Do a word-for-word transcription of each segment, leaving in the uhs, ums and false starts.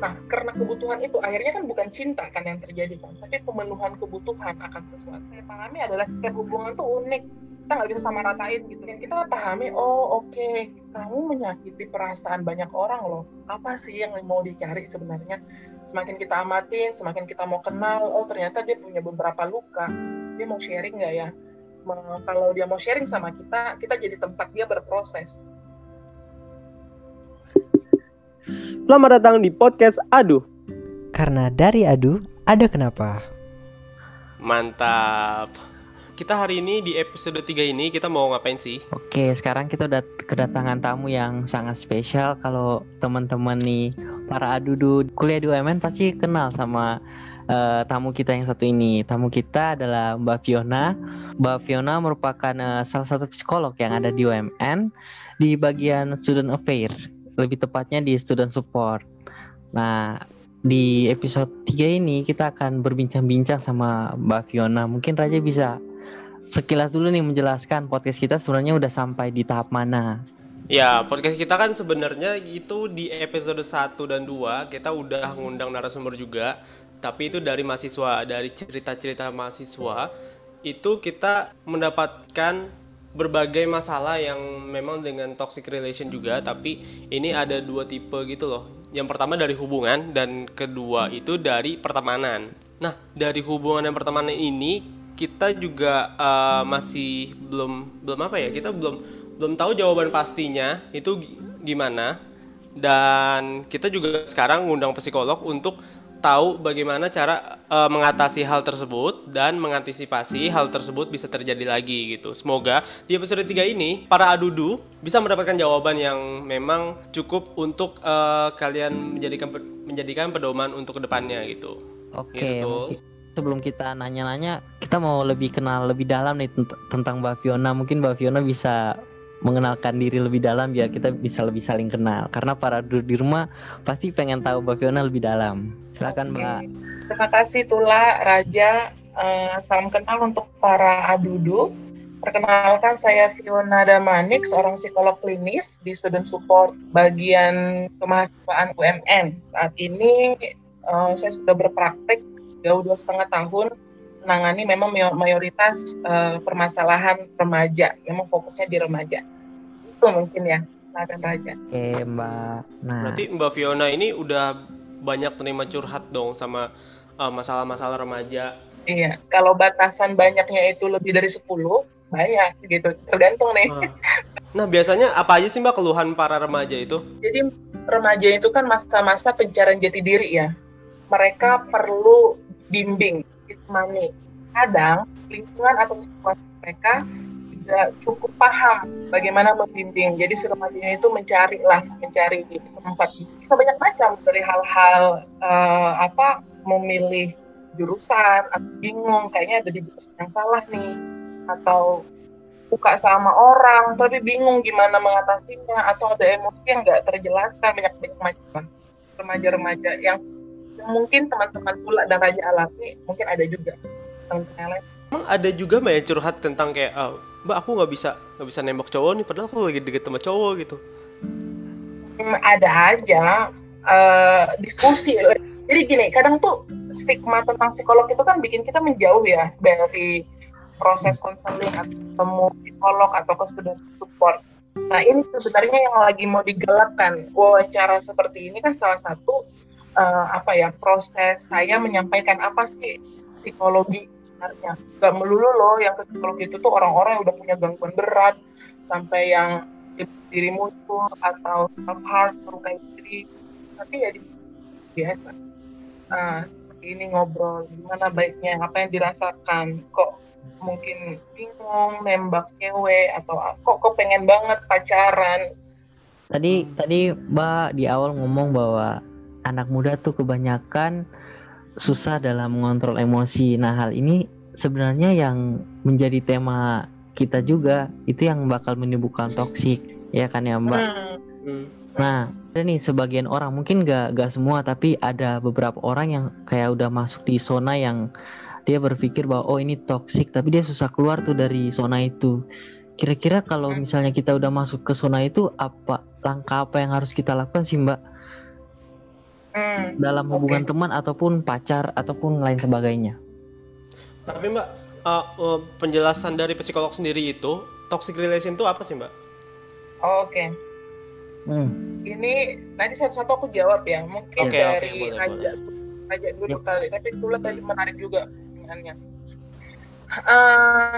Nah, karena kebutuhan itu akhirnya kan bukan cinta kan yang terjadi kan, tapi pemenuhan kebutuhan akan sesuatu. Saya pahami adalah setiap hubungan tuh unik, kita nggak bisa sama ratain gitu. Yang kita pahami, oh oke, okay, kamu menyakiti perasaan banyak orang loh. Apa sih yang mau dicari sebenarnya? Semakin kita amatin, semakin kita mau kenal, oh ternyata dia punya beberapa luka. Dia mau sharing nggak ya? Kalau dia mau sharing sama kita, kita jadi tempat dia berproses. Selamat datang di podcast Aduh. Karena dari Aduh, ada kenapa. Mantap. Kita hari ini di episode tiga ini kita mau ngapain sih? Oke, sekarang kita udah kedatangan tamu yang sangat spesial. Kalau teman-teman nih, para Adudu kuliah di U M N pasti kenal sama uh, tamu kita yang satu ini. Tamu kita adalah Mbak Fiona. Mbak Fiona merupakan uh, salah satu psikolog yang ada di U M N di bagian student affair. Lebih tepatnya di student support. Nah, di episode tiga ini kita akan berbincang-bincang sama Mbak Fiona. Mungkin Raja bisa sekilas dulu nih menjelaskan podcast kita sebenarnya udah sampai di tahap mana. Ya, podcast kita kan sebenarnya itu di episode satu dan dua kita udah ngundang narasumber juga. Tapi itu dari mahasiswa, dari cerita-cerita mahasiswa itu kita mendapatkan berbagai masalah yang memang dengan toxic relation juga, tapi ini ada dua tipe gitu loh. Yang pertama dari hubungan dan kedua itu dari pertemanan. Nah, dari hubungan dan pertemanan ini kita juga uh, masih belum belum apa ya? Kita belum belum tahu jawaban pastinya itu gimana. Dan kita juga sekarang ngundang psikolog untuk tahu bagaimana cara uh, mengatasi hal tersebut dan mengantisipasi hal tersebut bisa terjadi lagi gitu. Semoga di episode tiga ini para adudu bisa mendapatkan jawaban yang memang cukup untuk uh, kalian menjadikan menjadikan pedoman untuk kedepannya gitu. Oke. Gitu. Sebelum kita nanya-nanya, kita mau lebih kenal lebih dalam nih tentang Mbak Fiona. Mungkin Mbak Fiona bisa mengenalkan diri lebih dalam biar kita bisa lebih saling kenal. Karena para adudu di rumah pasti pengen tahu Mbak Fiona lebih dalam. Silakan Mbak. Terima kasih Tula, Raja. Uh, salam kenal untuk para adudu. Perkenalkan, saya Fiona Damanik, seorang psikolog klinis di student support bagian kemahasiswaan U M N. Saat ini uh, saya sudah berpraktek jauh dua setengah tahun menangani memang mayoritas uh, permasalahan remaja. Memang fokusnya di remaja. Itu mungkin ya, silakan Raja. Oke Mbak. Nah, berarti Mbak Fiona ini udah banyak terima curhat dong sama uh, masalah-masalah remaja. Iya, kalau batasan banyaknya itu lebih dari sepuluh, banyak gitu, tergantung nih. Uh. Nah, biasanya apa aja sih Mbak keluhan para remaja itu? Jadi remaja itu kan masa-masa pencarian jati diri ya. Mereka perlu bimbing, ditemani. Kadang lingkungan atau situasi mereka tidak cukup paham bagaimana membimbing. Jadi si remajanya itu mencari lah, mencari tempat. Bisa banyak macam, dari hal-hal uh, apa memilih jurusan, atau bingung kayaknya ada di jurusan yang salah nih, atau suka sama orang tapi bingung gimana mengatasinya, atau ada emosi yang nggak terjelaskan, banyak-banyak macam. Remaja-remaja yang mungkin teman-teman Pula dan Raja alami, mungkin ada juga yang lain. Emang ada juga Mbak yang curhat tentang kayak oh, Mbak aku nggak bisa nggak bisa nembak cowok nih padahal aku lagi deket sama cowok gitu. Hmm, ada aja uh, diskusi. Jadi gini, kadang tuh stigma tentang psikolog itu kan bikin kita menjauh ya dari proses konseling atau ketemu psikolog atau ke student support. Nah ini sebenarnya yang lagi mau digalakkan. Wawancara seperti ini kan salah satu uh, apa ya proses saya menyampaikan apa sih psikologi. Gak melulu loh yang ke psikologi itu tuh orang-orang yang udah punya gangguan berat sampai yang diri muncul atau self harm, melukai diri, tapi ya biasa. Nah ini ngobrol gimana baiknya, apa yang dirasakan, kok mungkin bingung nembak cewek atau kok kok pengen banget pacaran. Tadi tadi Mbak di awal ngomong bahwa anak muda tuh kebanyakan susah dalam mengontrol emosi. Nah, hal ini sebenarnya yang menjadi tema kita juga, itu yang bakal menimbulkan toksik, ya kan ya Mbak? Hmm. Nah, ada nih sebagian orang, mungkin gak, gak semua, tapi ada beberapa orang yang kayak udah masuk di zona yang dia berpikir bahwa oh ini toksik, tapi dia susah keluar tuh dari zona itu. Kira-kira kalau misalnya kita udah masuk ke zona itu, apa langkah apa yang harus kita lakukan sih Mbak? Hmm, dalam hubungan oke. teman ataupun pacar ataupun lain sebagainya. Tapi Mbak, uh, uh, penjelasan dari psikolog sendiri itu toxic relation itu apa sih Mbak? Oke. Hmm. Ini nanti satu-satu aku jawab ya. Mungkin Oke oke dari boleh boleh. Raja, Raja dulu Yep. kali. Tapi dulu tadi menarik juga pertanyaannya. Eh,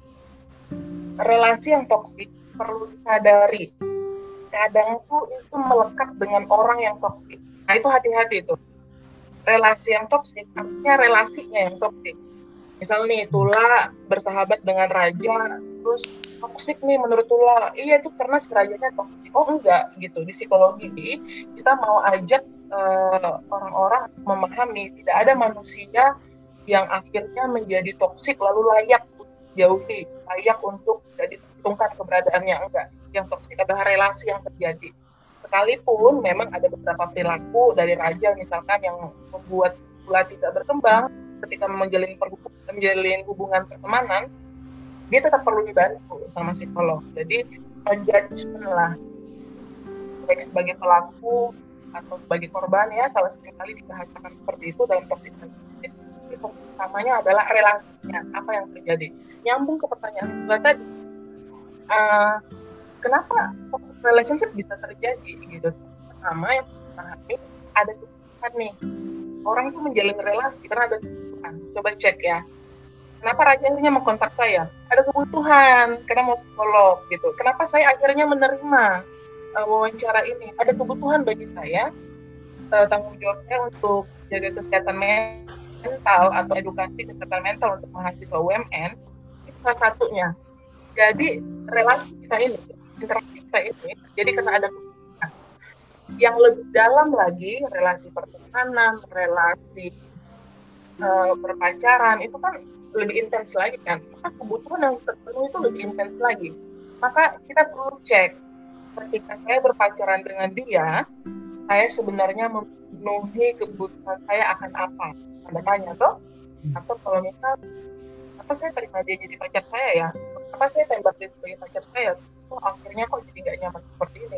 relasi yang toksik perlu disadari. Kadang tuh itu melekat dengan orang yang toksik. Nah itu hati-hati tuh. Relasi yang toksik artinya relasinya yang toksik. Misal nih Tula bersahabat dengan Raja, terus toksik nih menurut Tula. Iya itu karena si Rajanya toksik. Oh enggak gitu. Di psikologi kita mau ajak uh, orang-orang memahami tidak ada manusia yang akhirnya menjadi toksik lalu layak jauhi, layak untuk jadi tungkat keberadaannya, enggak. Yang toksik adalah relasi yang terjadi. Sekalipun memang ada beberapa perilaku dari Raja misalkan yang membuat Tula tidak berkembang ketika menjalin perhubungan, menjalin hubungan pertemanan, dia tetap perlu dibantu sama psikolog. Jadi non-judgment lah, baik sebagai pelaku atau sebagai korban ya, kalau seringkali dibahasakan seperti itu dalam toxic relationship, utamanya adalah relasinya, apa yang terjadi. Nyambung ke pertanyaan Tula tadi, uh, kenapa toxic relationship bisa terjadi gitu? Pertama yang pahami ada kebutuhan nih, orang itu menjalin relasi karena ada kebutuhan. Coba cek ya, kenapa Raja akhirnya mau kontak saya? Ada kebutuhan, karena mau psikolog gitu. Kenapa saya akhirnya menerima uh, wawancara ini? Ada kebutuhan bagi saya, uh, tanggung jawabnya untuk jaga kesehatan mental atau edukasi kesehatan mental untuk mahasiswa U M N, itu salah satunya. Jadi relasi kita ini, interaksi kita ini, jadi karena ada kebutuhan. Yang lebih dalam lagi, relasi pertemanan, relasi uh, berpacaran, itu kan lebih intens lagi kan. Maka kebutuhan yang terpenuhi itu lebih intens lagi. Maka kita perlu cek, ketika saya berpacaran dengan dia, saya sebenarnya memenuhi kebutuhan saya akan apa? Anda tanya toh? Atau kalau misal, apa saya terima dia jadi pacar saya ya? Apa saya tembak dia sebagai pacar saya? Oh, akhirnya kok jadi nggak nyaman seperti ini.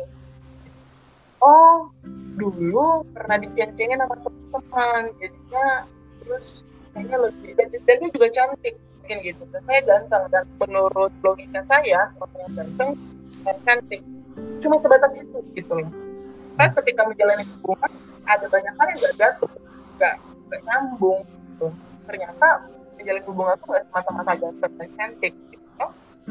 Oh, dulu pernah diceng-cengin sama teman-teman, jadinya terus kayaknya lebih, dan, dan dia juga cantik, mungkin gitu. Dan saya ganteng, dan menurut logika saya, orang yang ganteng dan cantik, cuma sebatas itu gitu loh. Kan ketika menjalani hubungan, ada banyak hal yang nggak jatuh, nggak nggak nyambung gitu. Ternyata menjalin hubungan itu nggak semata-mata ganteng dan cantik gitu.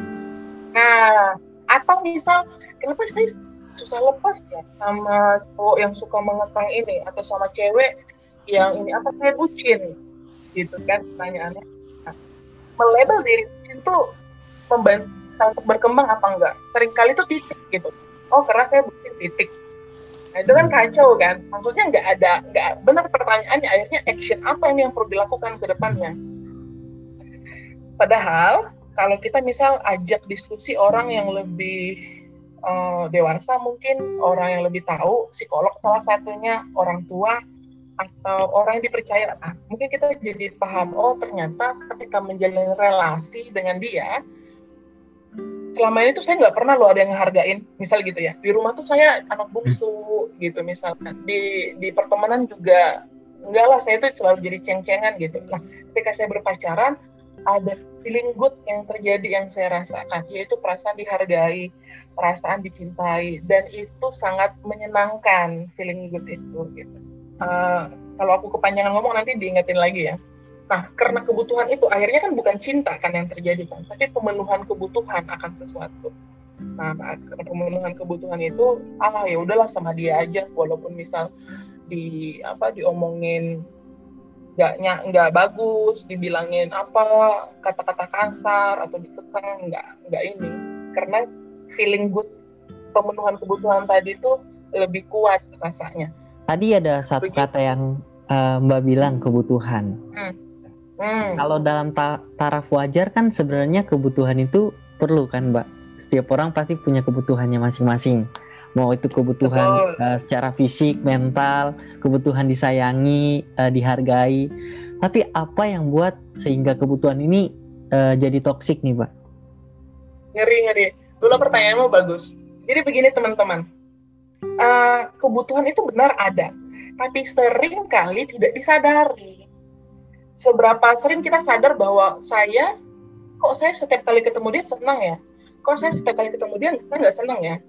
Nah, atau misal kenapa saya susah lepas ya sama cowok yang suka mengekang ini, atau sama cewek yang ini, apa saya bucin gitu kan pertanyaannya. Nah, melabel diri bucin tuh membantu untuk berkembang apa enggak? Seringkali tuh titik gitu. Oh karena saya bucin titik. Nah itu kan kacau kan. Maksudnya nggak ada, nggak benar pertanyaannya. Akhirnya action apa ini yang perlu dilakukan ke depannya? Padahal kalau kita misal ajak diskusi orang yang lebih Uh, dewasa, mungkin orang yang lebih tahu, psikolog salah satunya, orang tua, atau orang yang dipercaya, nah, mungkin kita jadi paham, oh ternyata ketika menjalin relasi dengan dia, selama ini tuh saya nggak pernah loh ada yang ngehargain, misal gitu ya, di rumah tuh saya anak bungsu gitu misalkan, di di pertemanan juga enggak lah, saya tuh selalu jadi ceng-cengan gitu. Nah ketika saya berpacaran, ada feeling good yang terjadi yang saya rasakan, yaitu perasaan dihargai, perasaan dicintai, dan itu sangat menyenangkan feeling good itu gitu. Uh, kalau aku kepanjangan ngomong nanti diingetin lagi ya. Nah karena kebutuhan itu akhirnya kan bukan cinta kan yang terjadi kan, tapi pemenuhan kebutuhan akan sesuatu. Nah karena pemenuhan kebutuhan itu, ah ya udahlah sama dia aja, walaupun misal di apa diomongin nggak nggak bagus, dibilangin apa kata-kata kasar atau dikekang, nggak nggak ini, karena feeling good, pemenuhan kebutuhan tadi itu lebih kuat rasanya. Tadi ada satu begitu kata yang uh, Mbak bilang, kebutuhan. Hmm. Hmm. Kalau dalam ta- taraf wajar kan sebenarnya kebutuhan itu perlu kan Mbak. Setiap orang pasti punya kebutuhannya masing-masing. Mau itu kebutuhan uh, secara fisik, mental, kebutuhan disayangi, uh, dihargai. Tapi apa yang buat sehingga kebutuhan ini uh, jadi toksik nih, Pak? Ngeri-ngeri. Dulu pertanyaanmu bagus. Jadi begini teman-teman, uh, kebutuhan itu benar ada. tapi sering kali tidak disadari. Seberapa sering kita sadar bahwa saya, kok saya setiap kali ketemu dia senang ya? Kok saya setiap kali ketemu dia saya nggak senang ya?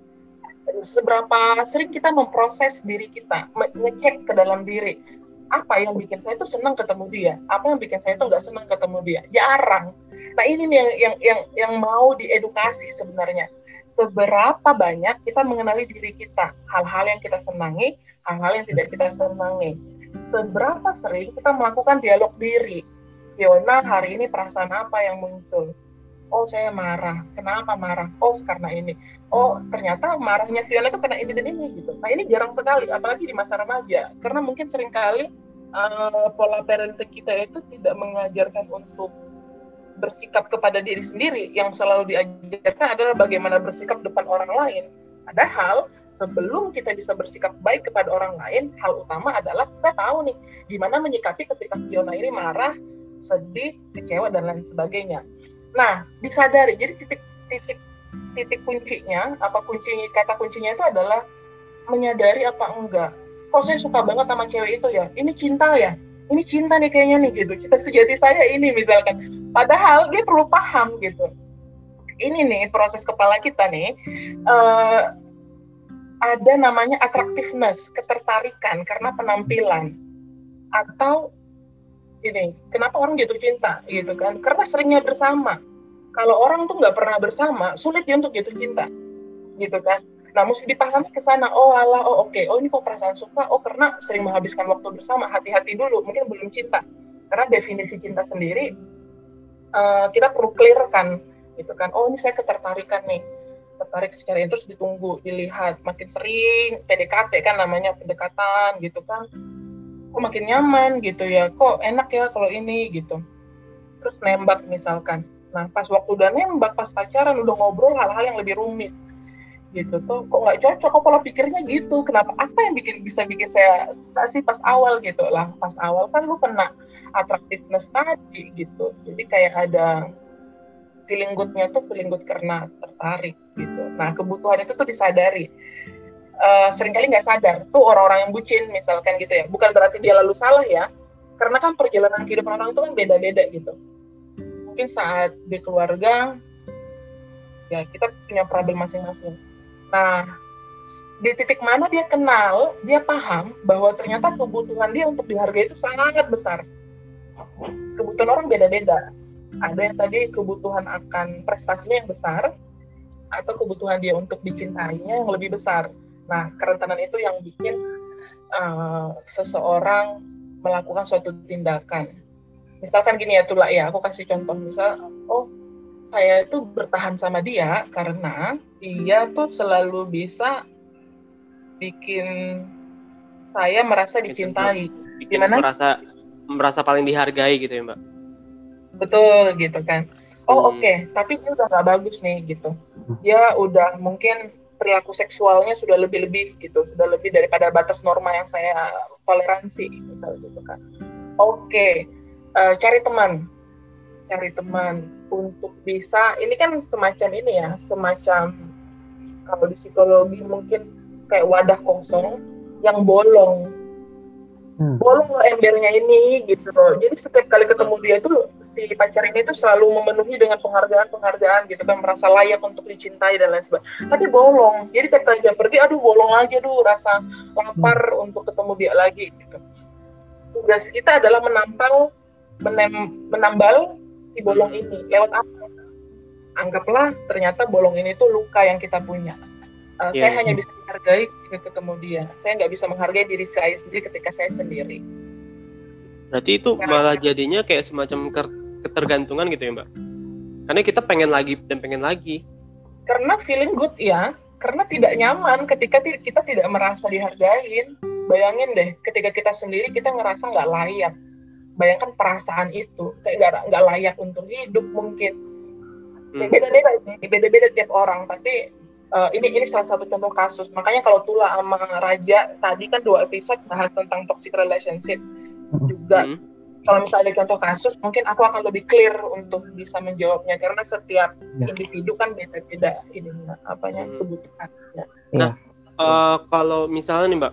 Seberapa sering kita memproses diri kita, ngecek ke dalam diri, apa yang bikin saya tuh senang ketemu dia, apa yang bikin saya tuh nggak senang ketemu dia? Jarang. Nah ini nih yang yang yang yang mau diedukasi sebenarnya. Seberapa banyak kita mengenali diri kita, hal-hal yang kita senangi, hal-hal yang tidak kita senangi. Seberapa sering kita melakukan dialog diri. Fiona, hari ini perasaan apa yang muncul? Oh, saya marah. Kenapa marah? Oh, karena ini. Oh, ternyata marahnya Fiona itu karena ini dan ini gitu. Nah, ini jarang sekali, apalagi di masa remaja. Karena mungkin seringkali uh, pola parenting kita itu tidak mengajarkan untuk bersikap kepada diri sendiri. Yang selalu diajarkan adalah bagaimana bersikap depan orang lain. Padahal sebelum kita bisa bersikap baik kepada orang lain, hal utama adalah kita tahu nih gimana menyikapi ketika Fiona ini marah, sedih, kecewa dan lain sebagainya. Nah, disadari. Jadi titik titik titik kuncinya, apa kuncinya kata kuncinya itu adalah menyadari apa enggak. Kok saya suka banget sama cewek itu ya? Ini cinta ya? Ini cinta nih kayaknya nih gitu. Cita sejati saya ini misalkan. Padahal dia perlu paham gitu. Ini nih proses kepala kita nih. Uh, ada namanya attractiveness, ketertarikan karena penampilan. Atau ini, kenapa orang jatuh cinta gitu kan? Karena seringnya bersama. Kalau orang tuh nggak pernah bersama, sulit dia untuk jatuh cinta, gitu kan? Nah, mesti dipahami ke sana. Oh alah, oh oke, okay. Oh ini kok perasaan suka? Oh karena sering menghabiskan waktu bersama. Hati-hati dulu, mungkin belum cinta. Karena definisi cinta sendiri uh, kita perlu clearkan, gitu kan? Oh ini saya ketertarikan nih, tertarik secara terus ditunggu, dilihat, makin sering P D K T kan namanya pendekatan, gitu kan? Kok makin nyaman gitu ya, kok enak ya kalau ini gitu. Terus nembak misalkan. Nah pas waktu udah nembak, pas pacaran udah ngobrol hal-hal yang lebih rumit gitu tuh, kok nggak cocok, kok pola pikirnya gitu. Kenapa? Apa yang bikin bisa bikin saya suka sih pas awal gitu lah. Pas awal kan lu kena attractiveness tadi gitu. Jadi kayak ada feeling good-nya tuh feeling good karena tertarik gitu. Nah kebutuhan itu tuh disadari. Uh, seringkali nggak sadar tuh orang-orang yang bucin misalkan gitu ya, bukan berarti dia lalu salah ya, karena kan perjalanan kehidupan orang itu kan beda-beda gitu. Mungkin saat di keluarga ya kita punya problem masing-masing. Nah di titik mana dia kenal, dia paham bahwa ternyata kebutuhan dia untuk dihargai itu sangat besar. Kebutuhan orang beda-beda. Ada yang tadi kebutuhan akan prestasinya yang besar, atau kebutuhan dia untuk dicintainya yang lebih besar. Nah, kerentanan itu yang bikin uh, seseorang melakukan suatu tindakan. Misalkan gini ya, Tula ya, aku kasih contoh. Misal, oh, saya itu bertahan sama dia karena dia tuh selalu bisa bikin saya merasa dicintai. Bikin Gimana? merasa merasa paling dihargai gitu ya, Mbak? Betul, gitu kan. Oh, Hmm. oke, okay. Tapi dia udah gak bagus nih, gitu. Dia udah mungkin perilaku seksualnya sudah lebih-lebih gitu, sudah lebih daripada batas norma yang saya toleransi, misalnya gitu kan. Oke, okay. uh, cari teman, cari teman untuk bisa, ini kan semacam ini ya, semacam kalau di psikologi mungkin kayak wadah kosong yang bolong, hmm. bolong loh embernya ini gitu loh. Jadi setiap kali ketemu dia tuh si pacar ini tuh selalu memenuhi dengan penghargaan-penghargaan gitu kan, merasa layak untuk dicintai dan lain sebagainya. Tapi bolong. Jadi tiap kali dia pergi, aduh bolong lagi, aduh rasa lapar hmm. untuk ketemu dia lagi gitu. Tugas kita adalah menampal, menem, menambal si bolong ini. Lewat apa? Anggaplah ternyata bolong ini tuh luka yang kita punya. Uh, yeah. Saya hanya bisa menghargai ketika ketemu dia. Saya nggak bisa menghargai diri saya sendiri ketika saya sendiri. Berarti itu malah jadinya kayak semacam ketergantungan gitu ya, Mbak? Karena kita pengen lagi dan pengen lagi. Karena feeling good ya, karena tidak nyaman ketika kita tidak merasa dihargain. Bayangin deh, ketika kita sendiri kita ngerasa nggak layak. Bayangkan perasaan itu, kayak nggak layak untuk hidup mungkin. Hmm. Beda-beda sih, beda-beda tiap orang. Tapi Uh, ini ini salah satu contoh kasus. Makanya kalau Tula sama Raja tadi kan dua episode bahas tentang toxic relationship juga. Hmm. Kalau misalnya ada contoh kasus, mungkin aku akan lebih clear untuk bisa menjawabnya karena setiap ya. individu kan beda-beda ini apanya kebutuhannya. Nah, uh, kalau misalnya nih Mbak,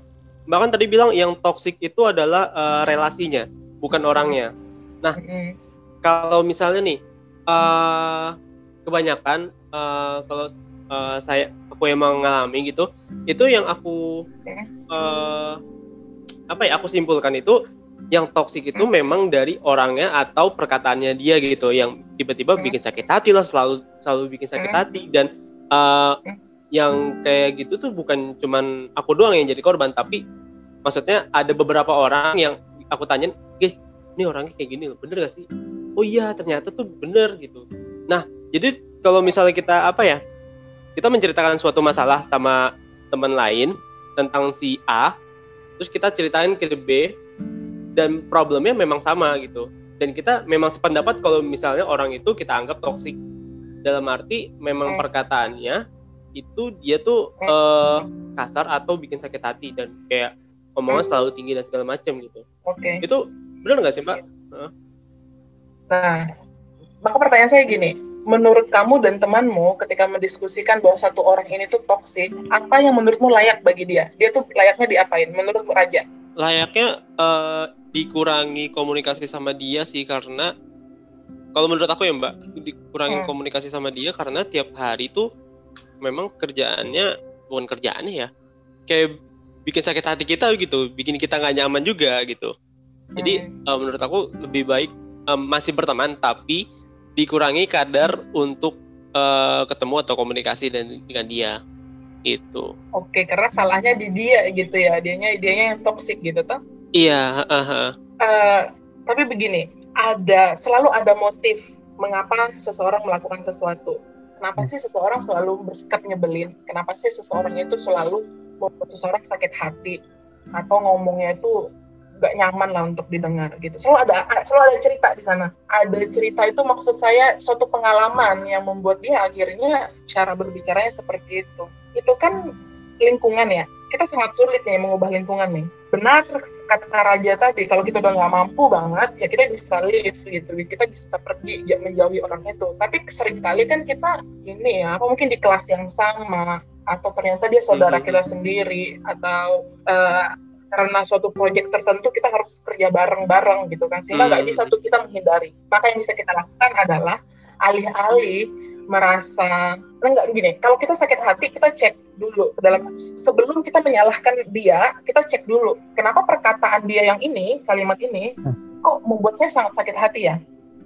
bahkan tadi bilang yang toksik itu adalah uh, relasinya, bukan orangnya. Nah, mm-hmm. kalau misalnya nih, uh, kebanyakan uh, kalau uh, saya aku emang mengalami gitu, itu yang aku uh, apa ya? Aku simpulkan itu yang toksik itu memang dari orangnya atau perkataannya dia gitu, yang tiba-tiba bikin sakit hati lah, selalu selalu bikin sakit hati. Dan uh, yang kayak gitu tuh bukan cuman aku doang yang jadi korban, tapi maksudnya ada beberapa orang yang aku tanyain, guys, ini orangnya kayak gini loh, bener gak sih? Oh iya, ternyata tuh bener gitu. Nah, jadi kalau misalnya kita apa ya, kita menceritakan suatu masalah sama teman lain tentang si A, terus kita ceritain ke B, dan problemnya memang sama gitu. Dan kita memang sependapat kalau misalnya orang itu kita anggap toksik. Dalam arti memang perkataannya itu dia tuh uh, kasar atau bikin sakit hati dan kayak omongan selalu tinggi dan segala macam gitu. Oke. Okay. Itu benar nggak sih, Mbak? Uh. Nah, maka pertanyaan saya gini, menurut kamu dan temanmu ketika mendiskusikan bahwa satu orang ini tuh toksik, apa yang menurutmu layak bagi dia? Dia tuh layaknya diapain? Menurut Raja? Layaknya uh, dikurangi komunikasi sama dia sih, karena kalau menurut aku ya Mbak, dikurangi hmm. komunikasi sama dia karena tiap hari tuh memang kerjaannya, bukan kerjaannya ya, kayak bikin sakit hati kita gitu, bikin kita nggak nyaman juga gitu. Jadi hmm. uh, menurut aku lebih baik um, masih berteman tapi dikurangi kadar untuk uh, ketemu atau komunikasi dan, dengan dia gitu. Oke, karena salahnya di dia gitu ya, dianya dianya yang toksik gitu toh? Iya. Uh-huh. Uh, tapi begini, ada selalu ada motif mengapa seseorang melakukan sesuatu. Kenapa sih seseorang selalu bersikap nyebelin? Kenapa sih seseorang itu selalu membuat seseorang sakit hati atau ngomongnya itu gak nyaman lah untuk didengar gitu. Selalu ada selalu ada cerita di sana. Ada cerita itu maksud saya suatu pengalaman yang membuat dia akhirnya cara berbicaranya seperti itu. Itu kan lingkungan ya. Kita sangat sulit nih mengubah lingkungan nih. Benar kata Raja tadi, kalau kita udah nggak mampu banget, ya kita bisa leave gitu, kita bisa pergi menjauhi orang itu. Tapi seringkali kan kita ini ya, apa mungkin di kelas yang sama, atau ternyata dia saudara kita sendiri, atau uh, karena suatu proyek tertentu kita harus kerja bareng-bareng gitu kan, sehingga nggak bisa tuh kita menghindari. Maka yang bisa kita lakukan adalah alih-alih merasa enggak gini, kalau kita sakit hati kita cek dulu dalam sebelum kita menyalahkan dia, kita cek dulu kenapa perkataan dia yang ini, kalimat ini kok membuat saya sangat sakit hati ya.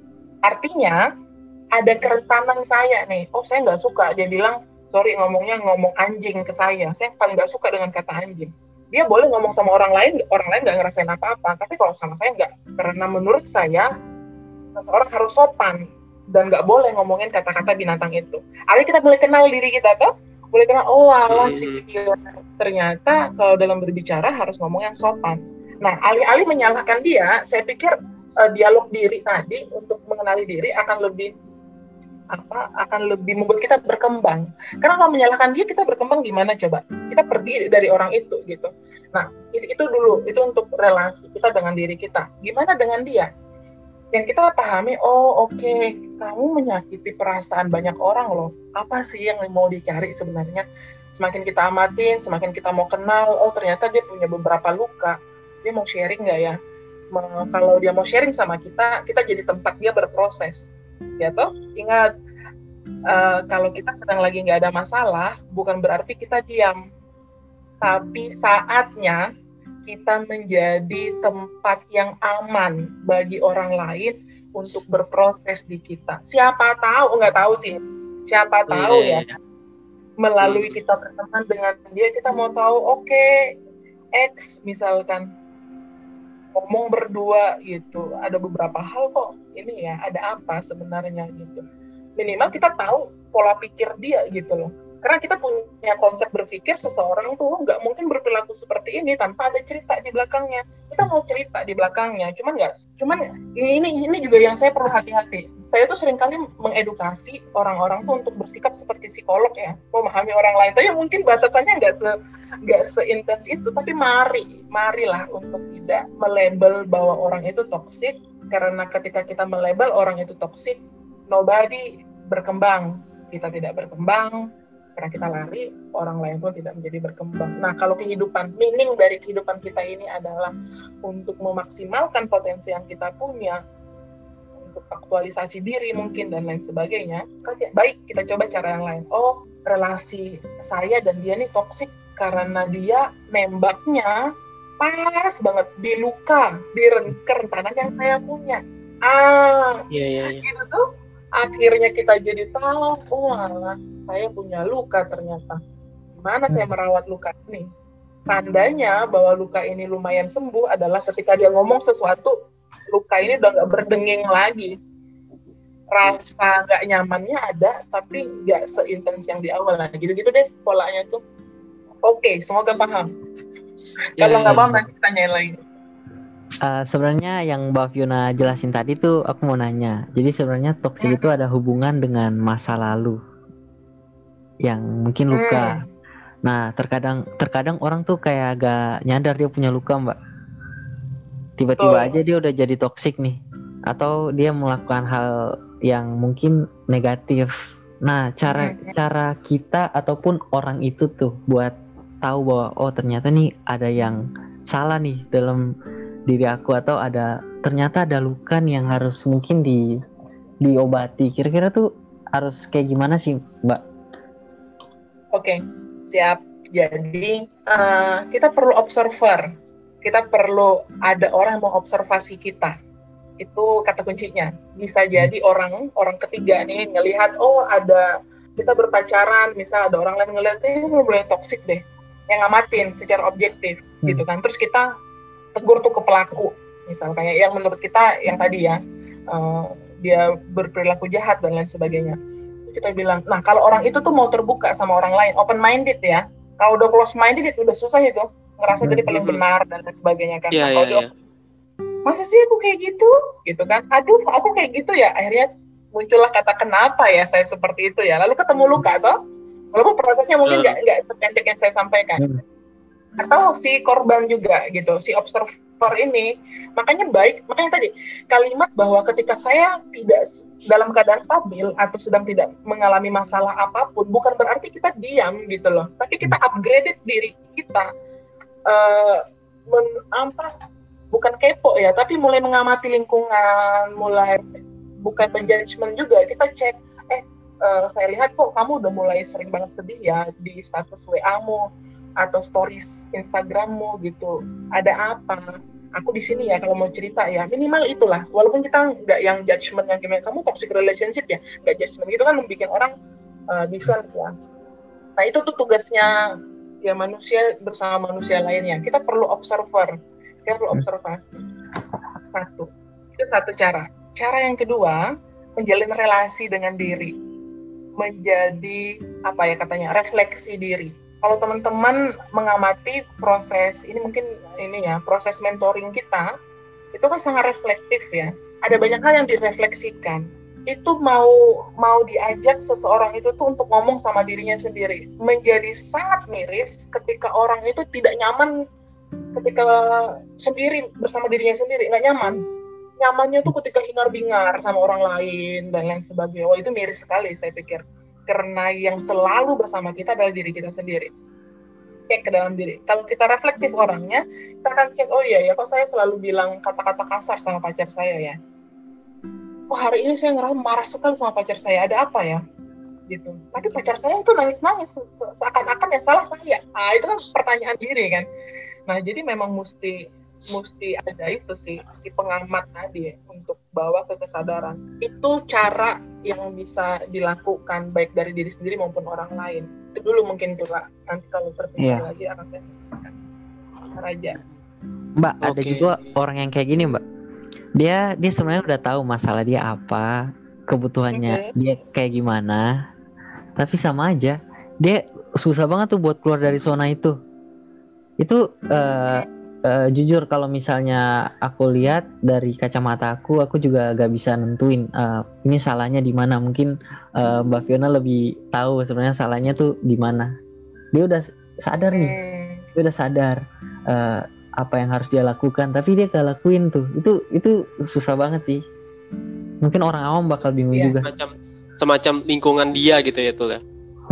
Artinya ada kerentanan saya nih. Oh, saya nggak suka dia bilang sorry ngomongnya ngomong anjing ke saya. Saya paling nggak suka dengan kata anjing. Dia boleh ngomong sama orang lain, orang lain nggak ngerasain apa-apa. Tapi kalau sama saya nggak, karena menurut saya seseorang harus sopan dan nggak boleh ngomongin kata-kata binatang itu. Akhirnya kita mulai kenal diri kita tuh, mulai kenal, oh alah sih, ternyata kalau dalam berbicara harus ngomong yang sopan. Nah, alih-alih menyalahkan dia, saya pikir uh, dialog diri tadi untuk mengenali diri akan lebih apa? Akan lebih membuat kita berkembang. Karena kalau menyalahkan dia, kita berkembang gimana coba? Kita pergi dari orang itu gitu. Nah, itu, itu dulu, itu untuk relasi kita dengan diri kita. Gimana dengan dia? Yang kita pahami, oh oke, okay, kamu menyakiti perasaan banyak orang loh. Apa sih yang mau dicari sebenarnya? Semakin kita amatin, semakin kita mau kenal, oh ternyata dia punya beberapa luka. Dia mau sharing nggak ya? Me- kalau dia mau sharing sama kita, kita jadi tempat dia berproses. Ya toh? Ingat, uh, kalau kita sedang lagi nggak ada masalah, bukan berarti kita diam. Tapi saatnya kita menjadi tempat yang aman bagi orang lain untuk berproses di kita. Siapa tahu, nggak tahu sih, siapa tahu ya, melalui kita berteman dengan dia, kita mau tahu, oke, okay, X misalkan, ngomong berdua gitu, ada beberapa hal kok, ini ya, ada apa sebenarnya gitu. Minimal kita tahu pola pikir dia gitu loh. Karena kita punya konsep berpikir seseorang tuh nggak mungkin berperilaku seperti ini tanpa ada cerita di belakangnya. Kita mau cerita di belakangnya, cuman nggak, cuman ini ini juga yang saya perlu hati-hati. Saya tuh seringkali mengedukasi orang-orang tuh untuk bersikap seperti psikolog ya, memahami orang lain. Tapi mungkin batasannya nggak se nggak seintens itu. Tapi mari, marilah untuk tidak melabel bahwa orang itu toksik. Karena ketika kita melabel orang itu toksik, nobody berkembang. Kita tidak berkembang. Karena kita lari, orang lain pun tidak menjadi berkembang. Nah, kalau kehidupan, meaning dari kehidupan kita ini adalah untuk memaksimalkan potensi yang kita punya, untuk aktualisasi diri mungkin dan lain sebagainya. Baik, kita coba cara yang lain. Oh, relasi saya dan dia nih toksik karena dia nembaknya pas banget di luka, di kerentanan yang saya punya. Ah, Iya, iya, iya. gitu tuh. Akhirnya kita jadi tahu, oh alah, saya punya luka ternyata. Gimana saya merawat luka ini? Tandanya bahwa luka ini lumayan sembuh adalah ketika dia ngomong sesuatu, luka ini udah nggak berdenging lagi. Rasa nggak nyamannya ada, tapi nggak seintens yang di awal. Nah, gitu-gitu deh polanya tuh. Oke, semoga paham. Ya, Kalau nggak ya. paham nanti tanyain lagi. Uh, sebenarnya yang Mbak Fiona jelasin tadi tuh aku mau nanya. Jadi sebenarnya toksik Hmm. itu ada hubungan dengan masa lalu yang mungkin luka. Hmm. Nah, terkadang terkadang orang tuh kayak agak nyadar dia punya luka, Mbak. Tiba-tiba Betul. aja dia udah jadi toksik nih, atau dia melakukan hal yang mungkin negatif. Nah, cara Hmm. cara kita ataupun orang itu tuh buat tahu bahwa oh ternyata nih ada yang salah nih dalam diri aku, atau ada ternyata ada luka nih yang harus mungkin di diobati. Kira-kira tuh harus kayak gimana sih, Mbak? Oke, siap. Jadi uh, kita perlu observer. Kita perlu ada orang yang mengobservasi kita. Itu kata kuncinya. Bisa jadi orang orang ketiga nih ngelihat, oh ada kita berpacaran, misal ada orang lain ngelihat, eh mulai toksik deh. Yang ngamatin secara objektif, Hmm. gitu kan. Terus kita tegur tuh ke pelaku, misal kayak yang menurut kita yang tadi ya, uh, dia berperilaku jahat dan lain sebagainya. Kita bilang, nah kalau orang itu tuh mau terbuka sama orang lain, open minded ya. Kalau udah close minded itu udah susah itu, ngerasa jadi paling Mhm. benar dan lain sebagainya kan. Iya, Nah, iya, kalau dia, iya. masa sih aku kayak gitu, gitu kan? Aduh, aku kayak gitu ya. Akhirnya muncullah kata kenapa ya saya seperti itu ya. Lalu ketemu luka toh, walaupun prosesnya mungkin nggak Hmm. nggak sependek yang saya sampaikan. Hmm. Atau si korban juga gitu, si observer ini, makanya baik, makanya tadi kalimat bahwa ketika saya tidak dalam keadaan stabil atau sedang tidak mengalami masalah apapun, bukan berarti kita diam gitu loh, tapi kita upgrade diri kita, uh, men, apa, bukan kepo ya, tapi mulai mengamati lingkungan, mulai bukan menjudgment juga, kita cek, eh uh, saya lihat kok kamu udah mulai sering banget sedih ya di status W A-mu atau stories Instagrammu gitu, ada apa? Aku di sini ya kalau mau cerita ya, minimal itulah. Walaupun kita nggak yang judgement yang gimana, kamu toxic relationship ya, nggak judgement gitu kan, membuat orang uh, defense ya. Nah itu tuh tugasnya ya manusia bersama manusia lainnya. Kita perlu observer, kita perlu observasi. Satu, itu satu cara. Cara yang kedua, menjalin relasi dengan diri, menjadi apa ya katanya, refleksi diri. Kalau teman-teman mengamati proses ini mungkin ini ya, proses mentoring kita itu kan sangat reflektif ya. Ada banyak hal yang direfleksikan. Itu mau mau diajak seseorang itu tuh untuk ngomong sama dirinya sendiri. Menjadi sangat miris ketika orang itu tidak nyaman ketika sendiri bersama dirinya sendiri, nggak nyaman. Nyamannya tuh ketika hingar-bingar sama orang lain dan lain sebagainya. Wah itu miris sekali saya pikir. Karena yang selalu bersama kita adalah diri kita sendiri. Cek ke dalam diri. Kalau kita reflektif orangnya, kita akan cek, oh iya ya, kok saya selalu bilang kata-kata kasar sama pacar saya ya. Oh hari ini saya ngerasa marah sekali sama pacar saya, ada apa ya? Gitu. Tapi pacar saya itu nangis-nangis, seakan-akan yang salah saya. Ah itu kan pertanyaan diri kan. Nah jadi memang mesti mesti ada itu sih, si pengamat tadi untuk bawa ke kesadaran. Itu cara yang bisa dilakukan baik dari diri sendiri maupun orang lain. Itu dulu mungkin tuh lah. Nanti kalau terpisah Iya. lagi akan saya sampaikan. Raja. Mbak, ada Oke. juga orang yang kayak gini, Mbak. Dia dia sebenarnya udah tahu masalah dia apa, kebutuhannya dia kayak gimana, tapi sama aja dia susah banget tuh buat keluar dari zona itu. Itu uh, uh, jujur kalau misalnya aku lihat dari kacamata aku, aku juga gak bisa nentuin uh, ini salahnya di mana. Mungkin uh, Mbak Fiona lebih tahu sebenarnya salahnya tuh di mana. Dia udah sadar nih, dia udah sadar uh, apa yang harus dia lakukan, tapi dia gak lakuin tuh. Itu itu susah banget sih. Mungkin orang awam bakal bingung Iya. juga. Semacam semacam lingkungan dia gitu ya tuh ya. Hmm.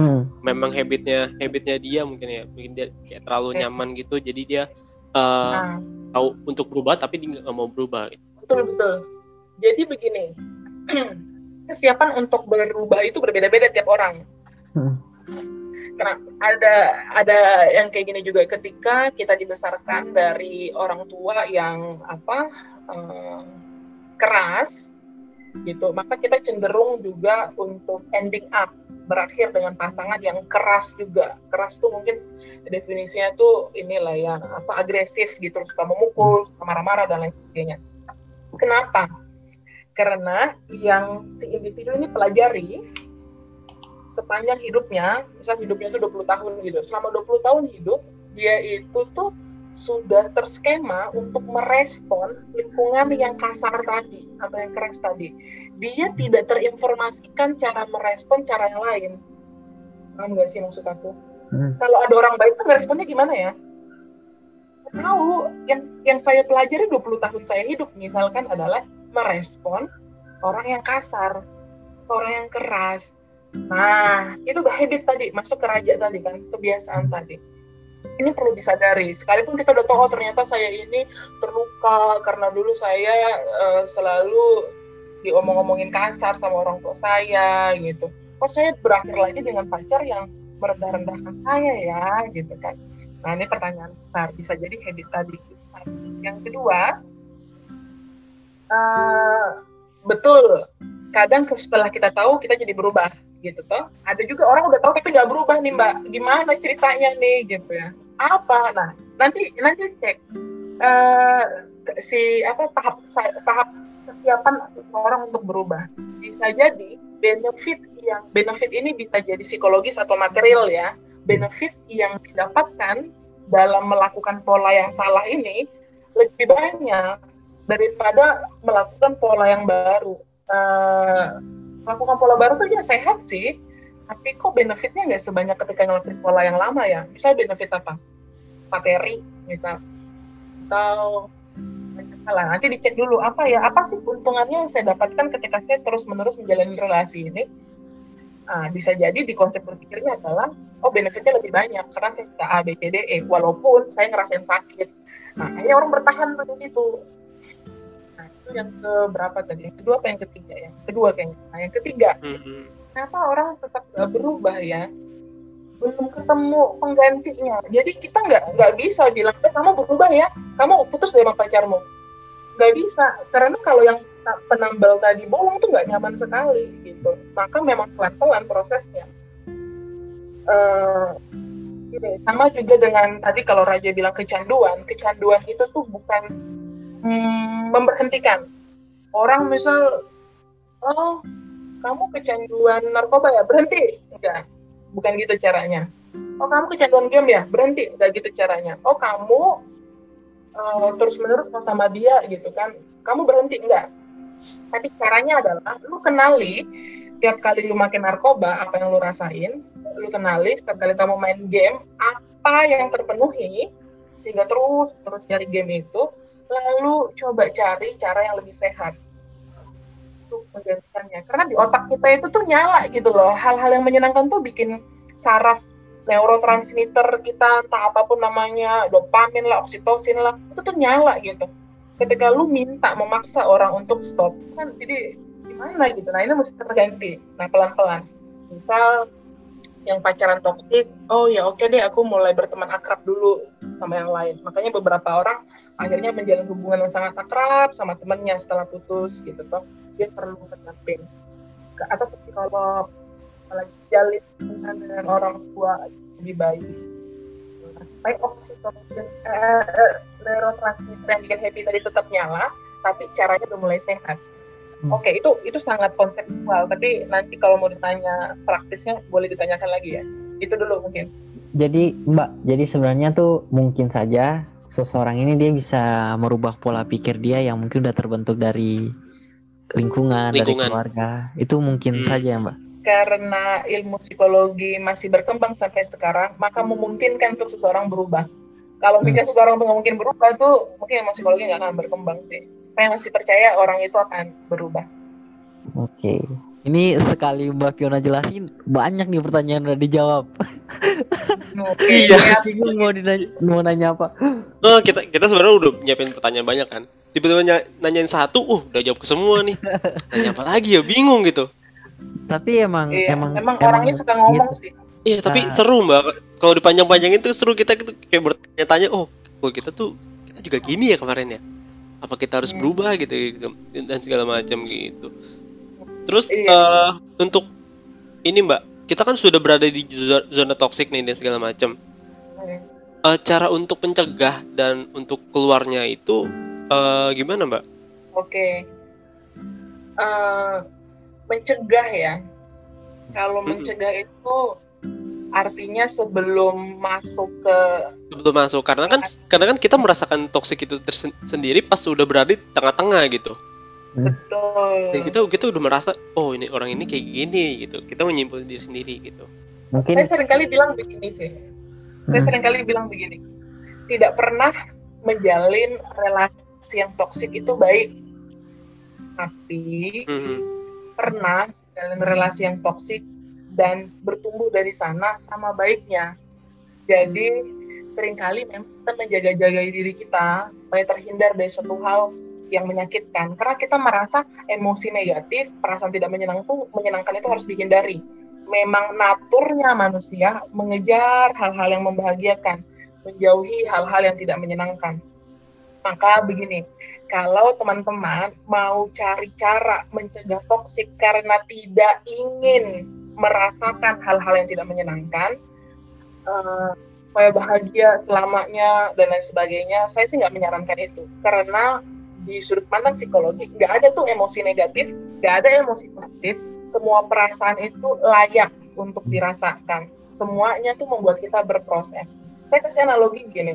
memang habitnya habitnya dia mungkin ya, mungkin dia kayak terlalu nyaman gitu, jadi dia uh, nah. tahu untuk berubah tapi dia nggak mau berubah. Betul betul. Jadi begini, kesiapan untuk berubah itu berbeda-beda tiap orang. Hmm. Karena ada ada yang kayak gini juga, ketika kita dibesarkan dari orang tua yang apa uh, keras gitu, maka kita cenderung juga untuk ending up berakhir dengan pasangan yang keras juga. Keras tuh mungkin definisinya tuh inilah ya, apa agresif gitu, suka memukul, suka marah-marah dan lain sebagainya. Kenapa? Karena yang si individu ini pelajari sepanjang hidupnya, misal hidupnya itu dua puluh tahun gitu, selama dua puluh tahun hidup, dia itu tuh sudah terskema untuk merespon lingkungan yang kasar tadi atau yang keras tadi. Dia tidak terinformasikan cara merespon cara yang lain. Paham nggak sih maksud aku? Hmm. Kalau ada orang baik tuh responnya gimana ya? Tahu, yang yang saya pelajari dua puluh tahun saya hidup misalkan adalah merespon orang yang kasar, orang yang keras. Nah, itu udah habit tadi, masuk ke raja tadi kan, kebiasaan tadi. Ini perlu disadari, sekalipun kita udah tahu, oh ternyata saya ini terluka karena dulu saya uh, selalu diomong-omongin kasar sama orang tua saya gitu. Kok saya berakhir lagi dengan pacar yang merendah-rendahkan saya ya, gitu kan. Nah, ini pertanyaan besar, bisa jadi habit tadi. Yang kedua, uh, betul, kadang setelah kita tahu, kita jadi berubah. Gitu toh. Ada juga orang udah tahu tapi nggak berubah nih Mbak, gimana ceritanya nih gitu ya, apa nah nanti nanti cek uh, si apa tahap tahap kesiapan orang untuk berubah. Bisa jadi benefit yang benefit ini bisa jadi psikologis atau material ya. Benefit yang didapatkan dalam melakukan pola yang salah ini lebih banyak daripada melakukan pola yang baru. uh, Melakukan pola baru tuh ya sehat sih, tapi kok benefitnya nggak sebanyak ketika ngelakuin pola yang lama ya. Misal benefit apa? Materi, misal. Atau lah, nanti dicek dulu apa ya, apa sih keuntungannya yang saya dapatkan ketika saya terus-menerus menjalani relasi ini. Nah, bisa jadi di konsep berpikirnya adalah, oh benefitnya lebih banyak karena saya bisa A, B, C, D, E, walaupun saya ngerasain sakit. Nah, akhirnya orang bertahan di situ. Yang ke berapa tadi? Yang kedua apa yang ketiga ya? Kedua kayaknya. Nah, yang ketiga, mm-hmm. kenapa orang tetap gak berubah ya? Belum ketemu penggantinya. Jadi kita nggak nggak bisa bilang, eh, kamu berubah ya, kamu putus sama pacarmu. Nggak bisa, karena kalau yang penambal tadi bolong tuh nggak nyaman sekali gitu. Maka memang pelan-pelan prosesnya. Uh, sama juga dengan tadi kalau Raja bilang kecanduan, kecanduan itu tuh bukan Hmm, memberhentikan orang. Misal, oh kamu kecanduan narkoba ya, berhenti. Enggak, bukan gitu caranya. Oh kamu kecanduan game ya, berhenti. Enggak gitu caranya. Oh kamu uh, terus menerus sama dia gitu kan, kamu berhenti. Enggak, tapi caranya adalah lu kenali tiap kali lu makin narkoba apa yang lu rasain, lu kenali setiap kali kamu main game apa yang terpenuhi sehingga terus terus cari game itu, lalu coba cari cara yang lebih sehat untuk menggantikannya. Karena di otak kita itu tuh nyala gitu loh. Hal-hal yang menyenangkan tuh bikin saraf neurotransmitter kita, entah apapun namanya, dopamin lah, oksitosin lah, itu tuh nyala gitu. Ketika lu minta, memaksa orang untuk stop, kan jadi gimana gitu. Nah ini mesti terganti. Nah pelan-pelan. Misal yang pacaran toksik, oh ya oke deh aku mulai berteman akrab dulu sama yang lain. Makanya beberapa orang akhirnya menjalin hubungan yang sangat akrab sama temannya setelah putus gitu toh, dia perlu pendamping atau psikolog, apalagi jalin hubungan dengan orang tua lebih baik. Supaya oksitosin, eh, eh, neurotransmitter yang bikin happy tadi tetap nyala, tapi caranya udah mulai sehat. Hmm. Oke, itu itu sangat konseptual, tapi nanti kalau mau ditanya praktisnya boleh ditanyakan lagi ya. Itu dulu mungkin. Jadi Mbak, jadi sebenarnya tuh mungkin saja seseorang ini dia bisa merubah pola pikir dia yang mungkin udah terbentuk dari lingkungan, lingkungan. dari keluarga. Itu mungkin hmm. saja Mbak. Karena ilmu psikologi masih berkembang sampai sekarang, maka memungkinkan untuk seseorang berubah. Kalau mikir hmm. seseorang nggak mungkin berubah tuh, mungkin ilmu psikologi nggak akan berkembang sih. Saya masih percaya orang itu akan berubah. Oke. Okay. Ini sekali Mbak Fiona jelasin banyak nih pertanyaan udah dijawab. Oke, Iya. ya. Bingung mau dinanya, mau nanya apa? Oh, kita kita sebenarnya udah nyiapin pertanyaan banyak kan. Tiba-tiba ny- nanyain satu, uh udah jawab ke semua nih. Nanya apa lagi ya, bingung gitu. Tapi emang Iya, emang emang orangnya suka ngomong gitu. sih. Iya, tapi Nah. seru Mbak. Kalau dipanjang-panjangin tuh seru, kita gitu kayak bertanya-tanya, oh, kalau kita tuh kita juga gini ya kemarin ya. Apa kita harus Hmm. berubah gitu dan segala macam gitu. Terus Iya. eh, untuk ini Mbak, kita kan sudah berada di zona, zona toksik nih dan segala macam. Hmm. Eh, cara untuk mencegah dan untuk keluarnya itu eh, gimana Mbak? Oke. Eh, mencegah ya. Kalau Mm-mm. mencegah itu artinya sebelum masuk ke Sebelum masuk, karena kan karena kan kita merasakan toksik itu tersendiri pas udah berada di tengah-tengah gitu. betul. Dan kita kita udah merasa, oh ini orang ini kayak gini gitu. Kita menyimpulkan diri sendiri gitu. Mungkin Saya seringkali bilang begini sih. Saya Hmm. seringkali bilang begini. Tidak pernah menjalin relasi yang toksik itu baik. Tapi Mhm. pernah dalam relasi yang toksik dan bertumbuh dari sana sama baiknya. Jadi seringkali memang kita menjaga-jaga diri kita supaya terhindar dari suatu hal yang menyakitkan. Karena kita merasa emosi negatif, perasaan tidak menyenangkan, menyenangkan itu harus dihindari. Memang naturnya manusia mengejar hal-hal yang membahagiakan, menjauhi hal-hal yang tidak menyenangkan. Maka begini, kalau teman-teman mau cari cara mencegah toksik karena tidak ingin merasakan hal-hal yang tidak menyenangkan, uh, supaya bahagia selamanya dan lain sebagainya, saya sih nggak menyarankan itu. Karena di sudut pandang psikologi, nggak ada tuh emosi negatif, nggak ada emosi positif, semua perasaan itu layak untuk dirasakan. Semuanya tuh membuat kita berproses. Saya kasih analogi gini,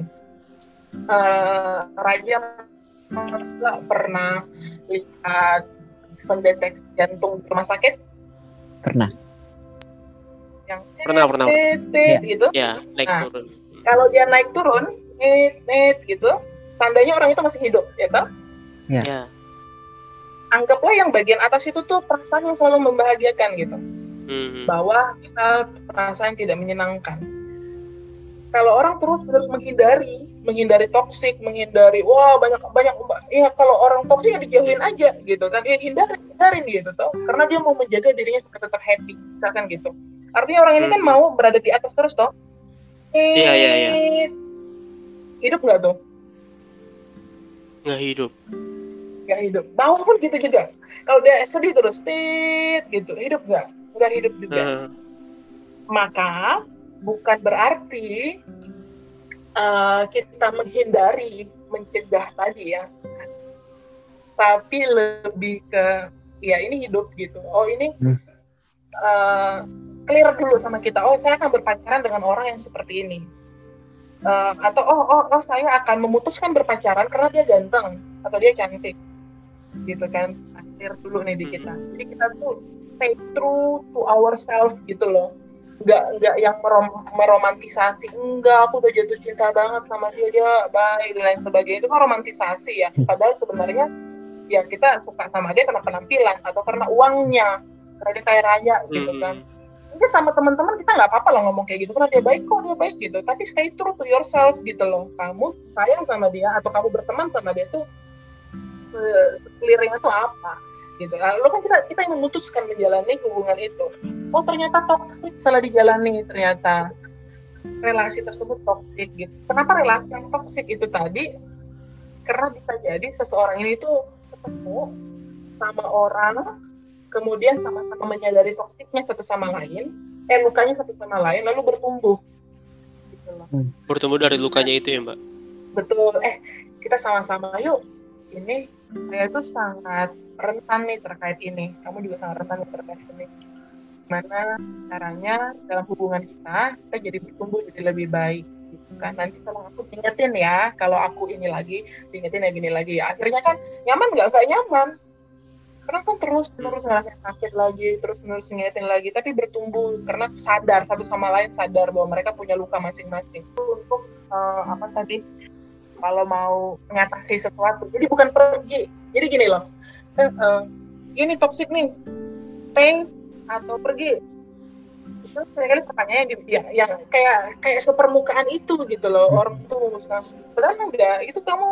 uh, Raja nggak pernah lihat pendeteksi jantung di rumah sakit? pernah. Yang Pernah, pernah. tit, tit, gitu. Ya, naik Nah, turun. kalau dia naik turun, tit, tit, gitu, tandanya orang itu masih hidup, ya kan? Ya. Ya. Anggaplah yang bagian atas itu tuh perasaan yang selalu membahagiakan gitu. Mhm. Bawah misal perasaan yang tidak menyenangkan. Kalau orang terus terus menghindari, menghindari toksik, menghindari, wah banyak banyak, ya kalau orang toksik ya dijauhin aja gitu kan, ya hindarin, hindarin gitu tau, karena dia mau menjaga dirinya supaya tetap happy, misalkan gitu. Artinya orang ini kan Hmm. mau berada di atas terus toh. Iya, iya, iya. Hidup nggak tuh? Nggak hidup. Nggak hidup. Bawah pun gitu juga. Kalau dia sedih terus, tit gitu, hidup nggak? Nggak hidup juga. Uh, Maka bukan berarti uh, kita menghindari, mencegah tadi ya, tapi lebih ke ya ini hidup gitu. Oh ini Hmm. uh, clear dulu sama kita. Oh saya akan berpacaran dengan orang yang seperti ini. Uh, atau oh, oh oh saya akan memutuskan berpacaran karena dia ganteng atau dia cantik, gitu kan. Clear dulu nih di kita. Jadi kita tuh stay true to ourselves gitu loh. Nggak nggak yang merom- meromantisasi, enggak aku udah jatuh cinta banget sama dia, dia baik dan lain sebagainya, itu kan romantisasi ya, padahal sebenarnya ya kita suka sama dia karena penampilan atau karena uangnya, karena dia kaya raya gitu kan. Mungkin sama teman-teman kita nggak apa-apa lah ngomong kayak gitu karena dia baik kok, dia baik gitu, tapi stay true to yourself gitu loh. Kamu sayang sama dia atau kamu berteman sama dia tuh clearing itu apa gitu. Lalu kan kita kita yang memutuskan menjalani hubungan itu. Oh ternyata toksik, salah dijalani ternyata relasi tersebut toksik gitu. Kenapa relasi yang toksik itu tadi? Karena bisa jadi seseorang ini tuh ketemu sama orang, kemudian sama-sama menyadari toksiknya satu sama lain, eh lukanya satu sama lain, lalu bertumbuh. Gitu loh. Bertumbuh dari lukanya itu ya Mbak? Betul. Eh kita sama-sama yuk. Ini saya tuh sangat rentan nih terkait ini. Kamu juga sangat rentan nih terkait ini. Gimana caranya dalam hubungan kita kita jadi bertumbuh jadi lebih baik gitu kan. Nanti kalau aku ingetin ya, kalau aku ini lagi ingetin ya gini lagi ya, akhirnya kan nyaman nggak nggak nyaman karena kan terus terus ngerasain sakit lagi, terus terus ingetin lagi, tapi bertumbuh karena sadar satu sama lain, sadar bahwa mereka punya luka masing-masing. Untuk uh, apa tadi, kalau mau mengatasi sesuatu, jadi bukan pergi, jadi gini loh, eh, uh, ini toksik nih, stay atau pergi. Itu seringkali pertanyaannya di, ya, yang kayak kayak sepermukaan itu gitu loh, orang tuh memutuskan. Padahal enggak, itu kamu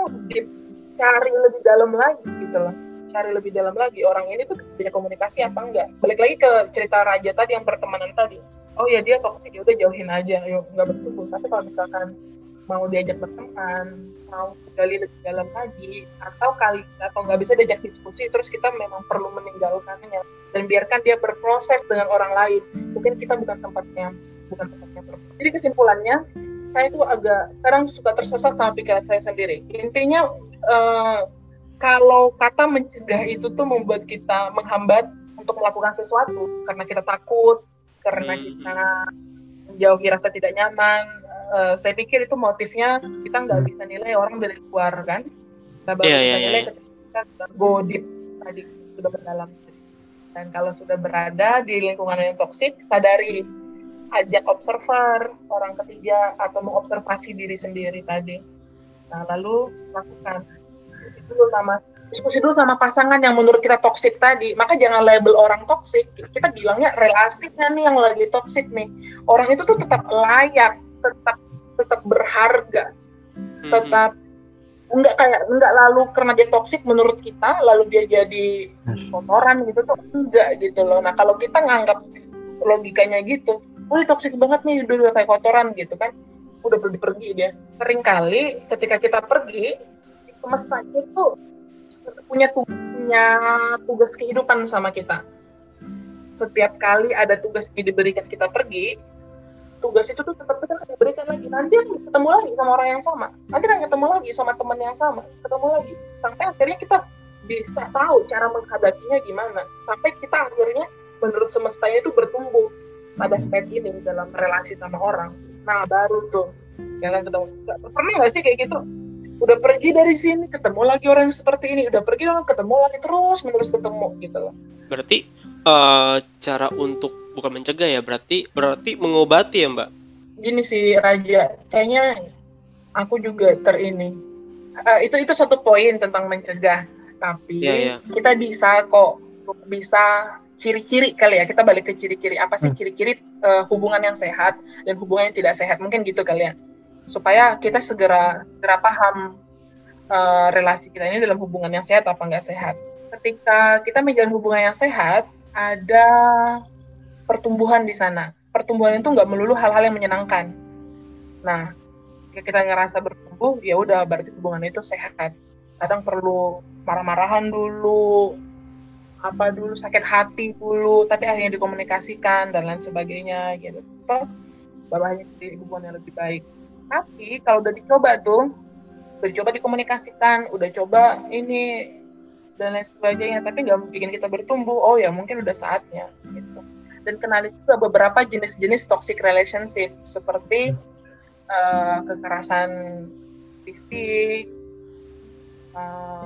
cari lebih dalam lagi gitu loh, cari lebih dalam lagi orang ini tuh punya komunikasi apa enggak. Balik lagi ke cerita Raja tadi yang pertemanan tadi, oh ya dia toksik, ya udah jauhin aja, yuk nggak bertumbuh. Tapi kalau misalkan mau diajak berteman, mau gali lebih dalam lagi, atau kali atau nggak bisa diajak diskusi, terus kita memang perlu meninggalkannya dan biarkan dia berproses dengan orang lain. Mungkin kita bukan tempatnya, bukan tempatnya berproses. Jadi kesimpulannya, saya tuh agak sekarang suka tersesat sama pikiran saya sendiri. Intinya Uh, kalau kata mencegah itu tuh membuat kita menghambat untuk melakukan sesuatu karena kita takut, karena kita menjauhi rasa tidak nyaman. Uh, saya pikir itu motifnya kita nggak bisa nilai orang dari luar kan, kita baru yeah, bisa yeah, nilai yeah. ketika kita sudah go deep tadi, sudah berdalam. Dan kalau sudah berada di lingkungan yang toksik, sadari, ajak observer orang ketiga atau mengobservasi diri sendiri tadi. Nah, lalu lakukan diskusi dulu sama diskusi dulu sama pasangan yang menurut kita toksik tadi. Maka jangan label orang toksik. Kita bilangnya relasinya nih yang lagi toksik nih. Orang itu tuh tetap layak, tetap tetap berharga, mm-hmm. tetap enggak kayak enggak lalu karena dia toksik menurut kita lalu dia jadi kotoran gitu tuh enggak gitu loh. Nah, kalau kita nganggap logikanya gitu, "Wih, toksik banget nih, udah kayak kotoran" gitu kan. Udah pergi-pergi dia. Seringkali ketika kita pergi, semesta itu punya tugas, punya tugas kehidupan sama kita. Setiap kali ada tugas yang diberikan kita pergi, tugas itu tuh tetap akan diberikan lagi. Nanti akan ketemu lagi sama orang yang sama. Nanti akan ketemu lagi sama teman yang sama. Ketemu lagi. Sampai akhirnya kita bisa tahu cara menghadapinya gimana. Sampai kita akhirnya menurut semestanya itu bertumbuh pada state ini dalam relasi sama orang. Nah, baru tuh jangan ketemu. Pernah nggak sih kayak gitu? Udah pergi dari sini, ketemu lagi orang yang seperti ini. Udah pergi, orang ketemu lagi terus menerus ketemu gitu loh. Berarti uh, cara untuk bukan mencegah ya, berarti berarti mengobati ya, Mbak? Gini sih Raja, kayaknya aku juga terini. Uh, itu itu satu poin tentang mencegah. Tapi yeah, yeah. kita bisa kok bisa ciri-ciri kali ya, kita balik ke ciri-ciri apa sih ciri-ciri uh, hubungan yang sehat dan hubungan yang tidak sehat, mungkin gitu kali ya, supaya kita segera segera paham uh, relasi kita ini dalam hubungan yang sehat apa nggak sehat. Ketika kita menjalin hubungan yang sehat, ada pertumbuhan di sana. Pertumbuhan itu nggak melulu hal-hal yang menyenangkan. Nah, ketika kita ngerasa bertumbuh, ya udah berarti hubungan itu sehat. Kadang perlu marah-marahan dulu, apa dulu, sakit hati dulu, tapi akhirnya dikomunikasikan dan lain sebagainya gitu. Toh baru hanya jadi hubungan yang lebih baik. Tapi kalau udah dicoba tuh, udah dicoba dikomunikasikan, udah coba ini dan lain sebagainya, tapi nggak bikin kita bertumbuh, oh ya mungkin udah saatnya gitu. Dan kenali juga beberapa jenis-jenis toxic relationship seperti uh, kekerasan fisik, uh,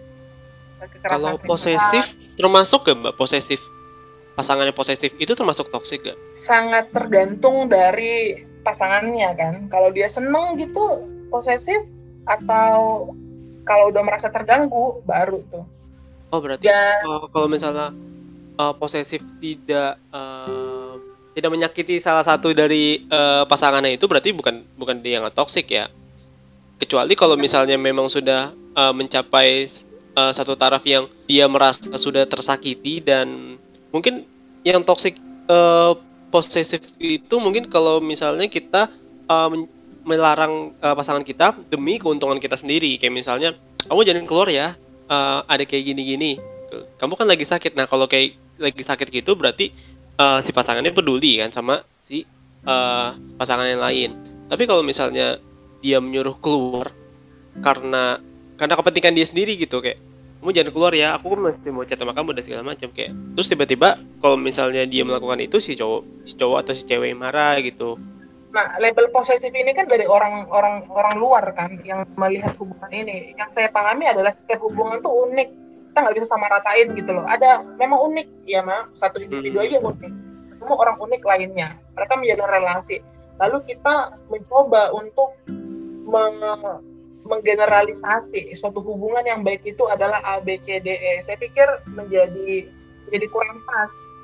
kalau posesif termasuk gak Mbak? Posesif, pasangannya posesif itu termasuk toksik gak? Sangat tergantung dari pasangannya kan. Kalau dia seneng gitu posesif, atau kalau udah merasa terganggu baru tuh. Oh berarti Dan, uh, kalau misalnya uh, posesif tidak uh, tidak menyakiti salah satu dari uh, pasangannya itu berarti bukan bukan dia yang toksik ya. Kecuali kalau misalnya memang sudah uh, mencapai Uh, satu taraf yang dia merasa sudah tersakiti, dan mungkin yang toxic uh, posesif itu mungkin kalau misalnya kita uh, melarang uh, pasangan kita demi keuntungan kita sendiri, kayak misalnya kamu jangan keluar ya, uh, ada kayak gini-gini, kamu kan lagi sakit. Nah kalau kayak lagi sakit gitu berarti uh, si pasangannya peduli kan sama si uh, pasangan yang lain. Tapi kalau misalnya dia menyuruh keluar karena karena kepentingan dia sendiri gitu, kayak kamu jangan keluar ya, aku masih mau chat sama kamu dan segala macam, kayak terus tiba-tiba kalau misalnya dia melakukan itu, si cowok si cowok atau si cewek marah gitu. Nah, label posesif ini kan dari orang-orang orang luar kan yang melihat hubungan ini. Yang saya pahami adalah setiap hubungan tuh unik, kita nggak bisa sama ratain gitu loh. Ada memang unik ya, Ma, satu individu hmm. aja unik, ketemu orang unik lainnya, mereka menjalin relasi, lalu kita mencoba untuk meng- menggeneralisasi suatu hubungan yang baik itu adalah A, B, C, D, E. Saya pikir menjadi menjadi kurang pas.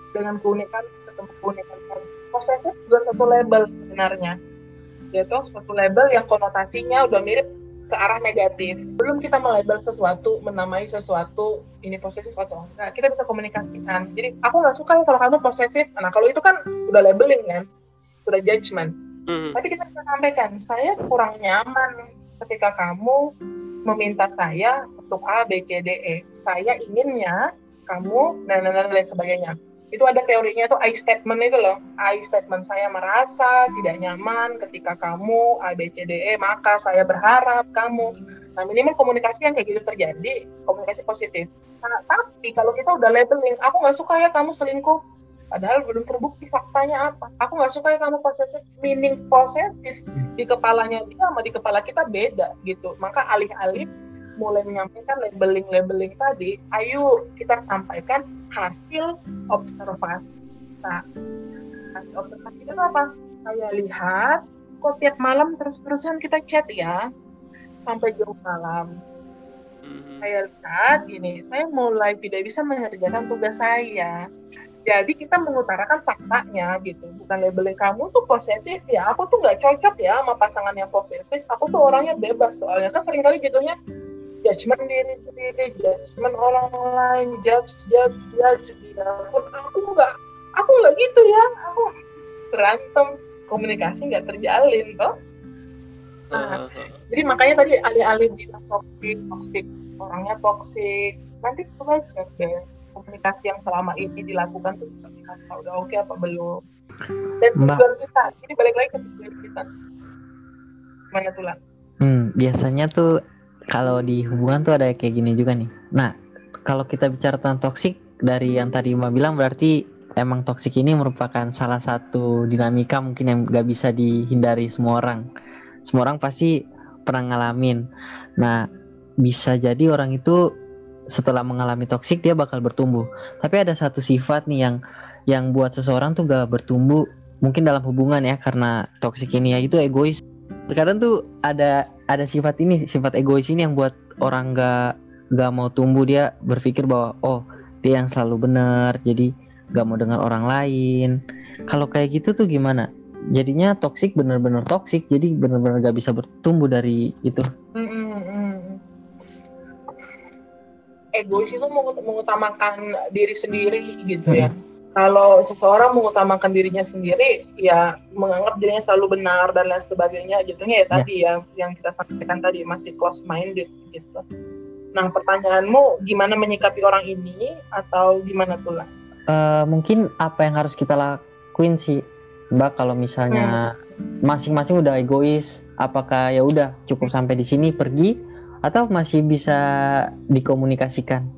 dengan keunikan ketemu keunikan lagi. Posesif juga satu label sebenarnya, yaitu suatu label yang konotasinya udah mirip ke arah negatif. Belum kita melabel sesuatu, menamai sesuatu, ini posesif atau enggak, kita bisa komunikasikan. Jadi aku nggak suka ya kalau kamu posesif. Nah kalau itu kan udah labeling kan, sudah judgement. Mm. Tapi kita bisa sampaikan, saya kurang nyaman ketika kamu meminta saya untuk A, B, C, D, E. Saya inginnya kamu, dan lain sebagainya. Itu ada teorinya tuh I statement itu loh. I statement, saya merasa tidak nyaman ketika kamu A, B, C, D, E, maka saya berharap kamu. Nah minimal komunikasi yang kayak gitu terjadi, komunikasi positif. Nah, tapi kalau kita udah labeling, aku nggak suka ya kamu selingkuh, padahal belum terbukti faktanya apa. Aku nggak suka ya kamu posesif, meaning posesif di kepalanya dia sama di kepala kita beda gitu. Maka alih-alih mulai menyampaikan labeling-labeling tadi, ayo kita sampaikan hasil observasi. Nah, hasil observasi itu apa? Saya lihat, kok tiap malam terus-terusan kita chat ya, sampai jauh malam. Saya lihat gini, saya mulai tidak bisa mengerjakan tugas saya. Jadi kita mengutarakan faktanya gitu, bukan labeling kamu tuh posesif ya, aku tuh nggak cocok ya sama pasangan yang posesif, aku tuh orangnya bebas soalnya, kan seringkali jatuhnya judgement diri sendiri, judgement orang lain, judge, judge, judge, ya pun aku nggak, aku nggak gitu ya, aku berantem, komunikasi nggak terjalin toh. Nah, uh-huh. Jadi makanya tadi alih-alih bilang toksik, toksik, orangnya toksik, nanti coba cek deh komunikasi yang selama ini dilakukan tuh seperti apa, udah oke okay apa belum, dan tujuan kita, ini balik lagi ke tujuan kita, mana tuh lah? Hmm, biasanya tuh kalau di hubungan tuh ada kayak gini juga nih. Nah, kalau kita bicara tentang toksik, dari yang tadi Mbak bilang berarti emang toksik ini merupakan salah satu dinamika mungkin yang gak bisa dihindari semua orang. Semua orang pasti pernah ngalamin. Nah, bisa jadi orang itu setelah mengalami toksik dia bakal bertumbuh. Tapi ada satu sifat nih yang yang buat seseorang tuh gak bertumbuh mungkin dalam hubungan ya, karena toksik ini, ya itu egois. Terkadang tuh ada ada sifat ini, sifat egois ini yang buat orang gak gak mau tumbuh. Dia berpikir bahwa oh dia yang selalu benar, jadi gak mau dengar orang lain. Kalau kayak gitu tuh gimana? Jadinya toksik, bener-bener toksik, jadi bener-bener gak bisa bertumbuh dari itu. Egois itu mengutamakan diri sendiri gitu ya. Hmm. Kalau seseorang mengutamakan dirinya sendiri, ya menganggap dirinya selalu benar dan lain sebagainya, jatuhnya ya, ya tadi ya yang kita sampaikan tadi, masih close minded gitu. Nah pertanyaanmu gimana menyikapi orang ini atau gimana tuh lah? Uh, mungkin apa yang harus kita lakuin sih Mbak, kalau misalnya hmm. masing-masing udah egois, apakah ya udah cukup sampai di sini pergi atau masih bisa dikomunikasikan?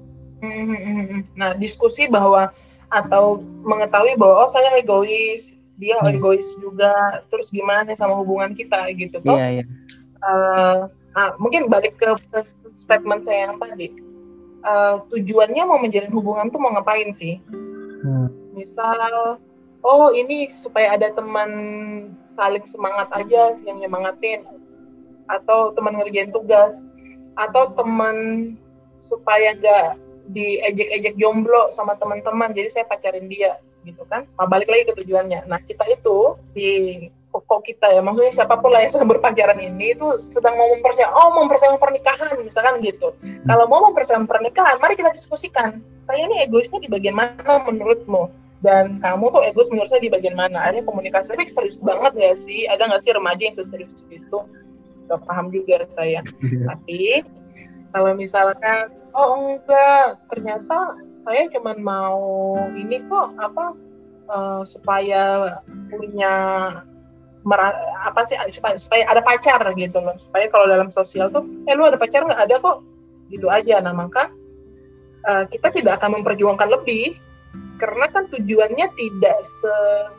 Nah diskusi bahwa atau mengetahui bahwa oh saya egois, dia hmm. egois juga, terus gimana nih sama hubungan kita gitu toh? Iya, iya. Uh, ah, mungkin balik ke, ke statement saya yang tadi, uh, tujuannya mau menjalin hubungan tuh mau ngapain sih? Hmm. Misal, oh ini supaya ada teman saling semangat aja yang nyemangatin, atau teman ngerjain tugas, atau teman supaya gak diejek-ejek jomblo sama teman-teman, jadi saya pacarin dia gitu kan. Nah, balik lagi ke tujuannya. Nah kita itu di kok kita ya, maksudnya siapapun lah yang sedang berpacaran ini itu sedang mau mempersiapkan, oh mau mempersiapkan pernikahan misalkan gitu. Hmm. Kalau mau mempersiapkan pernikahan, mari kita diskusikan. Saya ini egoisnya di bagian mana menurutmu? Dan kamu tuh egois menurut saya di bagian mana? Akhirnya komunikasi. Tapi serius banget nggak sih? Ada nggak sih remaja yang seserius itu? Gak paham juga saya. Tapi kalau misalkan oh enggak, ternyata saya cuma mau ini kok apa uh, supaya punya mera- apa sih supaya, supaya ada pacar gitu loh, supaya kalau dalam sosial tuh eh lu ada pacar nggak, ada kok gitu aja. Nah maka uh, kita tidak akan memperjuangkan lebih karena kan tujuannya tidak se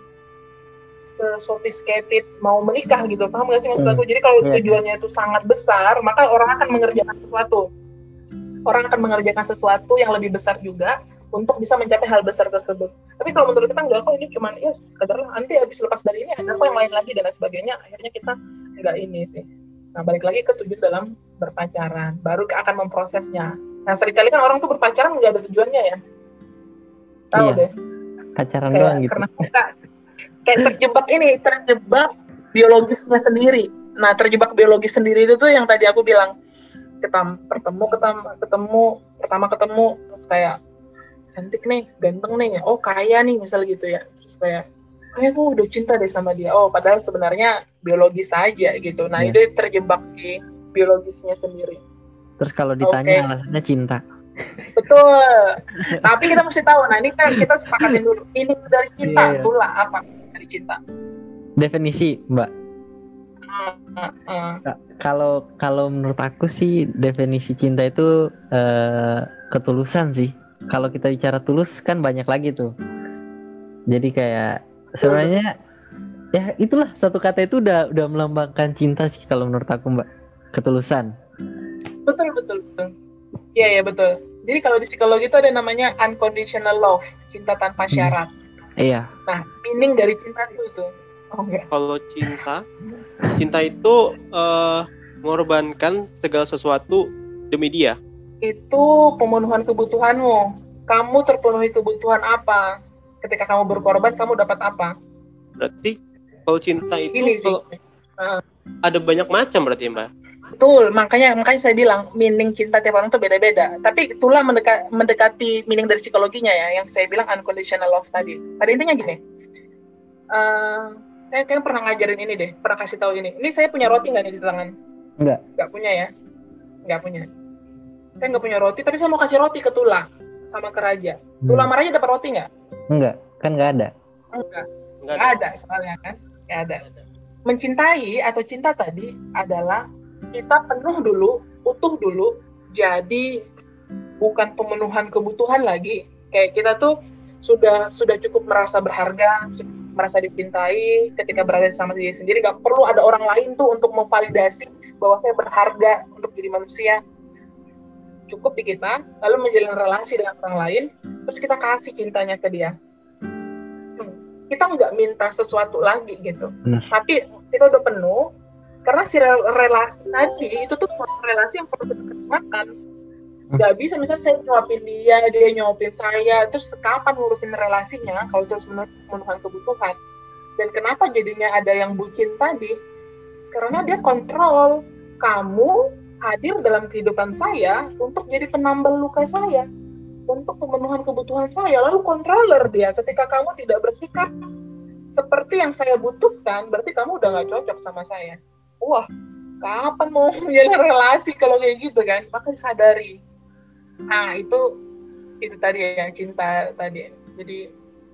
sophisticated mau menikah gitu, paham nggak sih maksud aku? Jadi kalau tujuannya itu sangat besar, maka orang akan mengerjakan sesuatu. Orang akan mengerjakan sesuatu yang lebih besar juga untuk bisa mencapai hal besar tersebut. Tapi kalau menurut kita enggak kok, ini cuman ya sekadar lah, nanti habis lepas dari ini ada kok yang lain lagi dan lain sebagainya. Akhirnya kita enggak ini sih. Nah balik lagi ke tujuan dalam berpacaran, baru akan memprosesnya. Nah seringkali kan orang tuh berpacaran nggak ada tujuannya ya. Tahu iya. deh. pacaran kayak doang gitu. karena kita kayak terjebak ini, terjebak biologisnya sendiri. Nah, terjebak biologis sendiri itu tuh yang tadi aku bilang, kita ketemu ketemu ketemu pertama ketemu terus kayak cantik nih, ganteng nih, oh kaya nih misal gitu ya, terus kayak kayak aku udah cinta deh sama dia, oh padahal sebenarnya biologis saja gitu. Nah Iya. itu terjebak di biologisnya sendiri. Terus kalau ditanya Oke. alasannya cinta. Betul. Tapi kita mesti tahu, nah ini kan kita sepakatin dulu, ini dari cinta, Iya, iya. itulah apa dari cinta. Definisi, Mbak. Hmm, hmm, hmm. Ka- Kalau kalau menurut aku sih definisi cinta itu eh, ketulusan sih. Kalau kita bicara tulus kan banyak lagi tuh. Jadi kayak sebenarnya ya itulah satu kata itu udah udah melambangkan cinta sih kalau menurut aku, Mbak. Ketulusan. Betul, betul, betul. Iya, iya betul. Jadi kalau di psikologi itu ada namanya unconditional love, cinta tanpa syarat. Iya. Nah, meaning dari cinta itu tuh. Oh enggak. Kalau cinta, cinta itu eh, mengorbankan segala sesuatu demi dia. Itu pemenuhan kebutuhanmu. Kamu terpenuhi kebutuhan apa? Ketika kamu berkorban, kamu dapat apa? Berarti kalau cinta itu Gini sih. kalau ada banyak macam berarti Mbak. Betul, makanya makanya saya bilang meaning cinta tiap orang tuh beda-beda. Tapi itulah mendeka, mendekati meaning dari psikologinya ya, yang saya bilang unconditional love tadi. Pada intinya gini, uh, saya kayaknya pernah ngajarin ini deh, pernah kasih tahu ini. Ini saya punya roti nggak nih di tangan? Enggak. Nggak punya ya? Nggak punya. Saya nggak punya roti, tapi saya mau kasih roti ke Tula sama ke Raja. Tula Hmm. marahnya dapat roti nggak? Enggak, kan nggak ada. Enggak. Enggak Nggak ada soalnya kan? Nggak ada. Mencintai atau cinta tadi adalah kita penuh dulu, utuh dulu, jadi bukan pemenuhan kebutuhan lagi. Kayak kita tuh sudah sudah cukup merasa berharga, merasa dicintai ketika berada sama diri sendiri, gak perlu ada orang lain tuh untuk memvalidasi bahwa saya berharga untuk jadi manusia. Cukup di kita, lalu menjalin relasi dengan orang lain, terus kita kasih cintanya ke dia. Hmm. Kita nggak minta sesuatu lagi gitu, Benar. tapi kita udah penuh. Karena si relasi tadi itu tuh relasi yang perlu kita makan. Gak bisa misalnya saya nyuapin dia, dia nyuapin saya, terus kapan ngurusin relasinya kalau terus memenuhi kebutuhan. Dan kenapa jadinya ada yang bucin tadi? Karena dia kontrol. Kamu hadir dalam kehidupan saya untuk jadi penambal luka saya, untuk pemenuhan kebutuhan saya, lalu controller dia. Ketika kamu tidak bersikap seperti yang saya butuhkan, berarti kamu udah gak cocok sama saya. Wah, kapan mau menjalin relasi kalau kayak gitu kan? Maka disadari. Nah, itu itu tadi yang cinta tadi. Jadi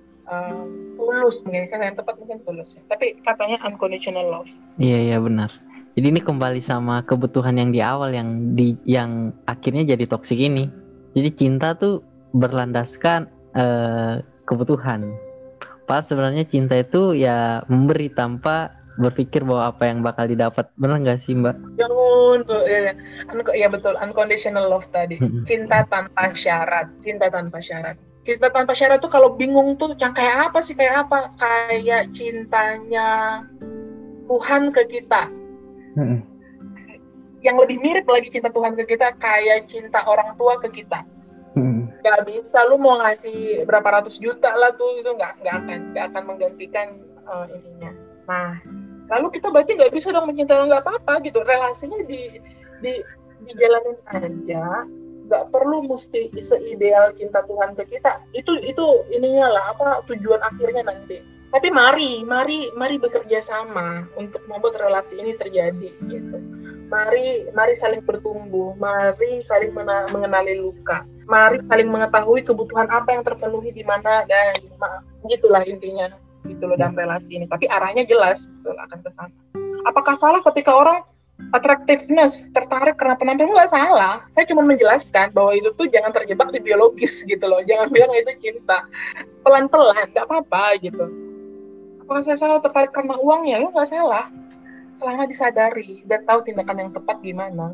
um, tulus mungkin kan yang tepat mungkin tulus. Tapi katanya unconditional love. Iya, iya benar. Jadi ini kembali sama kebutuhan yang di awal yang di yang akhirnya jadi toksik ini. Jadi cinta tuh berlandaskan eh, kebutuhan. Padahal sebenarnya cinta itu ya memberi tanpa berpikir bahwa apa yang bakal didapat. Benar nggak sih, Mbak? Jangan tuh ya, ya betul, unconditional love tadi. Cinta tanpa syarat, cinta tanpa syarat. Cinta tanpa syarat tuh kalau bingung tuh yang kayak apa sih, kayak apa? Kayak cintanya Tuhan ke kita. Hmm. Yang lebih mirip lagi cinta Tuhan ke kita kayak cinta orang tua ke kita. Hmm. Gak bisa lu mau ngasih berapa ratus juta lah tuh, itu nggak nggak akan nggak akan menggantikan uh, ininya. Nah, lalu kita berarti nggak bisa dong mencintai, nggak apa-apa gitu, relasinya di di dijalanin aja, nggak perlu mesti seideal cinta Tuhan ke kita. Itu itu ininya lah, apa tujuan akhirnya nanti. Tapi mari mari mari bekerja sama untuk membuat relasi ini terjadi gitu. Mari mari saling bertumbuh, mari saling mena- mengenali luka, mari saling mengetahui kebutuhan apa yang terpenuhi di mana, dan gitulah intinya. Gitu loh dalam relasi ini, tapi arahnya jelas betul akan ke sana. Apakah salah ketika orang attractiveness tertarik karena penampilan? Nggak salah, saya cuma menjelaskan bahwa itu tuh jangan terjebak di biologis gitu loh, jangan bilang itu cinta, pelan-pelan nggak apa-apa gitu. Apakah saya salah tertarik karena uangnya? Ya nggak salah, selama disadari dan tahu tindakan yang tepat gimana.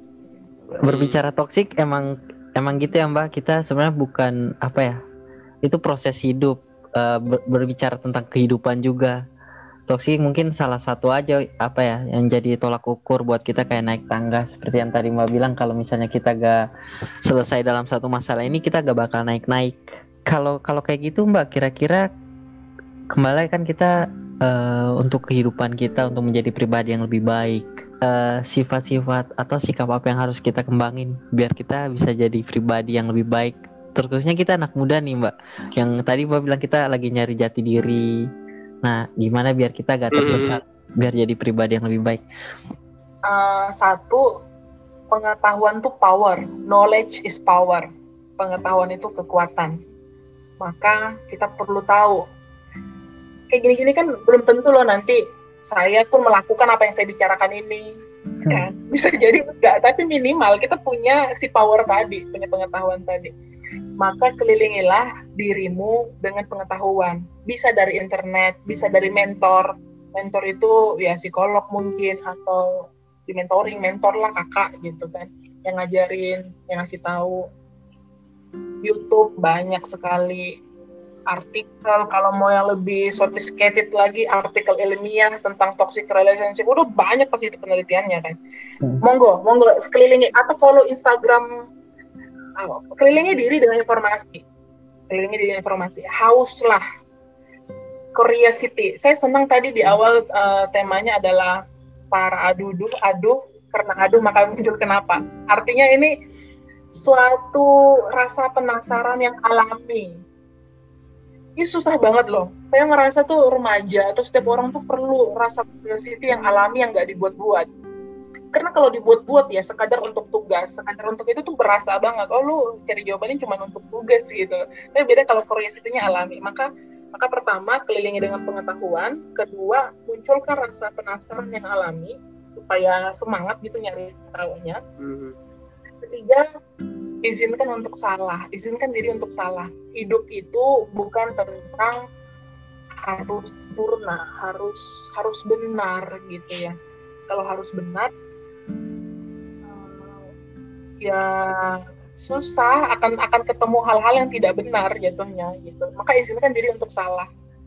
Berbicara toksik emang emang gitu ya Mbak, kita sebenarnya bukan apa ya, itu proses hidup. Uh, ber- berbicara tentang kehidupan juga. Toksik mungkin salah satu aja apa ya yang jadi tolak ukur buat kita kayak naik tangga, seperti yang tadi Mbak bilang, kalau misalnya kita gak selesai dalam satu masalah ini kita gak bakal naik-naik. kalau kalau kayak gitu Mbak, kira-kira kembali kan kita eh, untuk kehidupan kita untuk menjadi pribadi yang lebih baik. Eh, sifat-sifat atau sikap apa yang harus kita kembangin biar kita bisa jadi pribadi yang lebih baik. Terusnya kita anak muda nih Mbak, yang tadi Mbak bilang kita lagi nyari jati diri. Nah, gimana biar kita gak tersesat, biar jadi pribadi yang lebih baik? Uh, satu, pengetahuan tuh power, knowledge is power. Pengetahuan itu kekuatan. Maka kita perlu tahu. Kayak gini-gini kan belum tentu loh nanti saya pun melakukan apa yang saya bicarakan ini. Hmm. Kan? Bisa jadi enggak, tapi minimal kita punya si power tadi, punya pengetahuan tadi. Maka kelilingilah dirimu dengan pengetahuan. Bisa dari internet, bisa dari mentor. Mentor itu ya psikolog mungkin, atau di mentoring, mentor lah kakak gitu kan. Yang ngajarin, yang ngasih tahu. YouTube banyak sekali. Artikel, kalau mau yang lebih sophisticated lagi, artikel ilmiah tentang toxic relationship. Udah banyak pasti itu penelitiannya kan. Hmm. Monggo, monggo sekelilingi. Atau follow Instagram. Oh, kelilingi diri dengan informasi, kelilingi diri dengan informasi, hauslah, curiosity. Saya senang tadi di awal uh, temanya adalah para aduduh, aduh, karena aduh maka muncul kenapa. Artinya ini suatu rasa penasaran yang alami. Ini susah banget loh. Saya merasa tuh remaja atau setiap orang tuh perlu rasa curiosity yang alami yang nggak dibuat-buat. Karena kalau dibuat-buat ya sekadar untuk tugas, sekadar untuk itu tuh berasa banget. Oh lu cari jawabannya cuma untuk tugas gitu. Tapi beda kalau curiosity-nya alami. Maka maka pertama kelilingi dengan pengetahuan, kedua munculkan rasa penasaran yang alami supaya semangat gitu nyari tahunya. Mm-hmm. Ketiga, izinkan untuk salah, izinkan diri untuk salah. Hidup itu bukan tentang harus sempurna, harus harus benar gitu ya. Kalau harus benar ya susah, akan akan ketemu hal-hal yang tidak benar jatuhnya gitu. Maka izinkan diri untuk salah.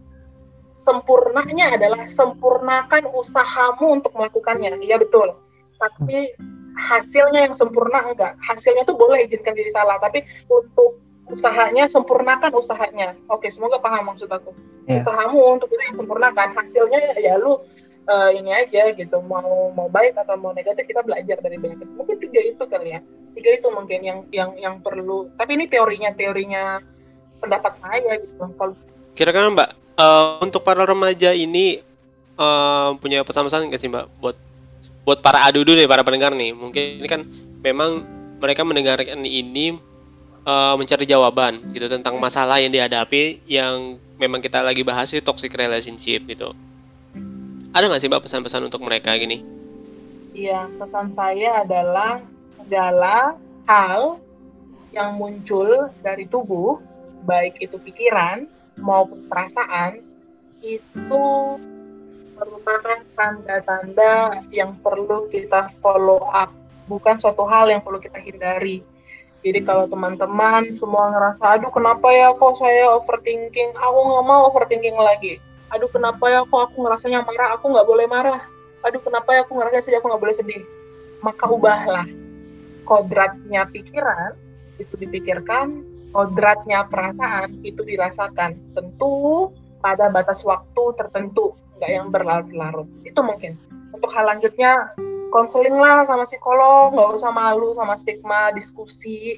Sempurnanya adalah sempurnakan usahamu untuk melakukannya. Iya betul. Tapi hasilnya yang sempurna enggak. Hasilnya tuh boleh izinkan diri salah, tapi untuk usahanya sempurnakan usahanya. Oke, semoga paham maksud aku. Yeah. Usahamu untuk itu yang sempurnakan, hasilnya ya lu uh, ini aja gitu. Mau mau baik atau mau negatif kita belajar dari banyak itu. Mungkin tiga itu kali ya. Tiga itu mungkin yang yang yang perlu. Tapi ini teorinya teorinya pendapat saya gitu. Kalau kira-kira Mbak, uh, untuk para remaja ini uh, punya pesan-pesan nggak sih Mbak buat buat para adudu nih, para pendengar nih? Mungkin ini kan memang mereka mendengarkan ini uh, mencari jawaban gitu tentang masalah yang dihadapi yang memang kita lagi bahas itu toxic relationship gitu. Ada nggak sih Mbak pesan-pesan untuk mereka gini? Iya, pesan saya adalah segala hal yang muncul dari tubuh, baik itu pikiran maupun perasaan, itu merupakan tanda-tanda yang perlu kita follow up, bukan suatu hal yang perlu kita hindari. Jadi kalau teman-teman semua ngerasa, aduh kenapa ya kok saya overthinking, aku nggak mau overthinking lagi. Aduh kenapa ya kok aku ngerasanya marah, aku nggak boleh marah. Aduh kenapa ya aku ngerasa sedih, aku nggak boleh sedih. Maka ubahlah. Kodratnya pikiran itu dipikirkan, kodratnya perasaan itu dirasakan. Tentu pada batas waktu tertentu, nggak yang berlarut-larut. Itu mungkin. Untuk hal lanjutnya, konseling lah sama psikolog, nggak usah malu sama stigma, diskusi.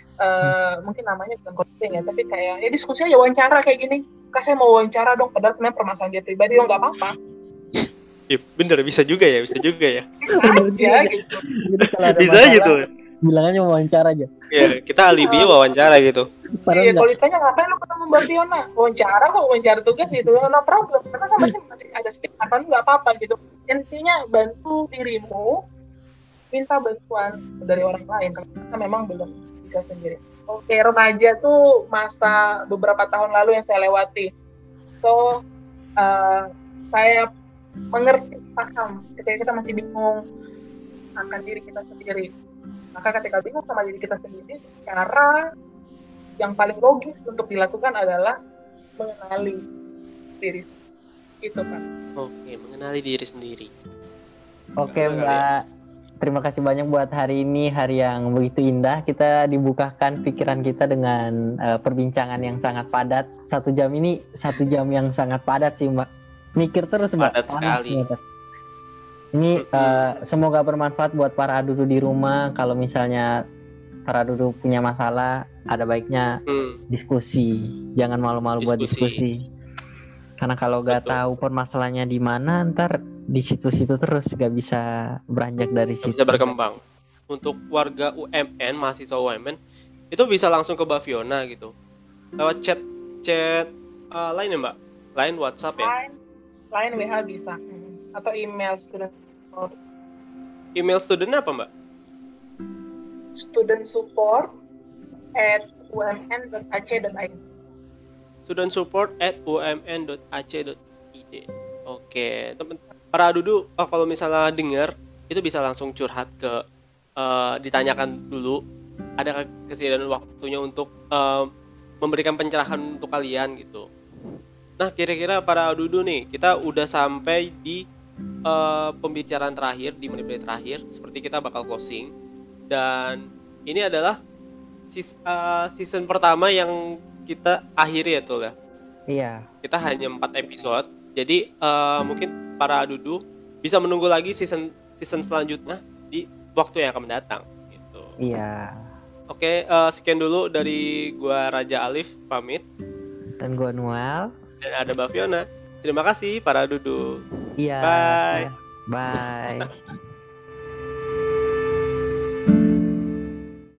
Uh, mungkin namanya bukan konseling ya, tapi kayak ya diskusi aja, wawancara kayak gini. Kak saya mau wawancara dong, padahal sebenarnya permasalahan dia pribadi, ya nggak apa-apa. Ya, bener, bisa juga ya, bisa juga ya. Bisa aja gitu. Bisa gitu. Bilang aja wawancara aja. Ya, kita alibinya wawancara gitu. Iya, kalau ditanya ngapain lu ketemu Mbak Fiona? Wawancara kok, wawancara tugas gitu. No problem, karena kan masih, masih ada stigma, kan nggak apa-apa gitu. Intinya bantu dirimu, minta bantuan dari orang lain, karena memang belum bisa sendiri. Oke, remaja tuh masa beberapa tahun lalu yang saya lewati. So, uh, saya mengerti, paham ketika kita masih bingung akan diri kita sendiri. Maka ketika bingung sama diri kita sendiri, cara yang paling logis untuk dilakukan adalah mengenali diri. Itu kan. Oke, mengenali diri sendiri. Oke Mbak, terima kasih banyak buat hari ini, hari yang begitu indah. Kita dibukakan pikiran kita dengan uh, perbincangan yang sangat padat. Satu jam ini satu jam yang sangat padat sih, Mbak. Mikir terus, Mbak. Padat sekali. Padat. Ini uh, semoga bermanfaat buat para adudu di rumah. Kalau misalnya para adudu punya masalah, ada baiknya hmm. diskusi. Jangan malu-malu buat diskusi. Karena kalau gak Betul. tahu permasalahannya di mana, ntar di situ-situ terus gak bisa beranjak dari situ. Bisa berkembang. Untuk warga U M N, mahasiswa U M N, itu bisa langsung ke Mbak Fiona gitu. Lewat chat chat uh, lain ya Mbak? Lain WhatsApp ya? Lain, lain W H bisa. Atau email student support. Email student apa Mbak? Student support at u m n dot a c dot i d. student support at u m n dot a c dot i d. Oke, teman para adudu, oh, kalau misalnya dengar itu bisa langsung curhat ke uh, ditanyakan dulu, ada kesediaan waktunya untuk uh, memberikan pencerahan untuk kalian gitu. Nah, kira-kira para adudu nih, kita udah sampai di uh, pembicaraan terakhir, di menit-menit terakhir, seperti kita bakal closing. Dan ini adalah sis, uh, season pertama yang kita akhiri ya Tul ya. Iya. Kita hanya empat episode. Jadi uh, mungkin para adudu bisa menunggu lagi season season selanjutnya di waktu yang akan mendatang gitu. Iya. Oke, uh, sekian dulu dari gua Raja Alif pamit. Dan gua Noel. Dan ada Mbak Fiona. Terima kasih para adudu. Iya. Bye. Bye.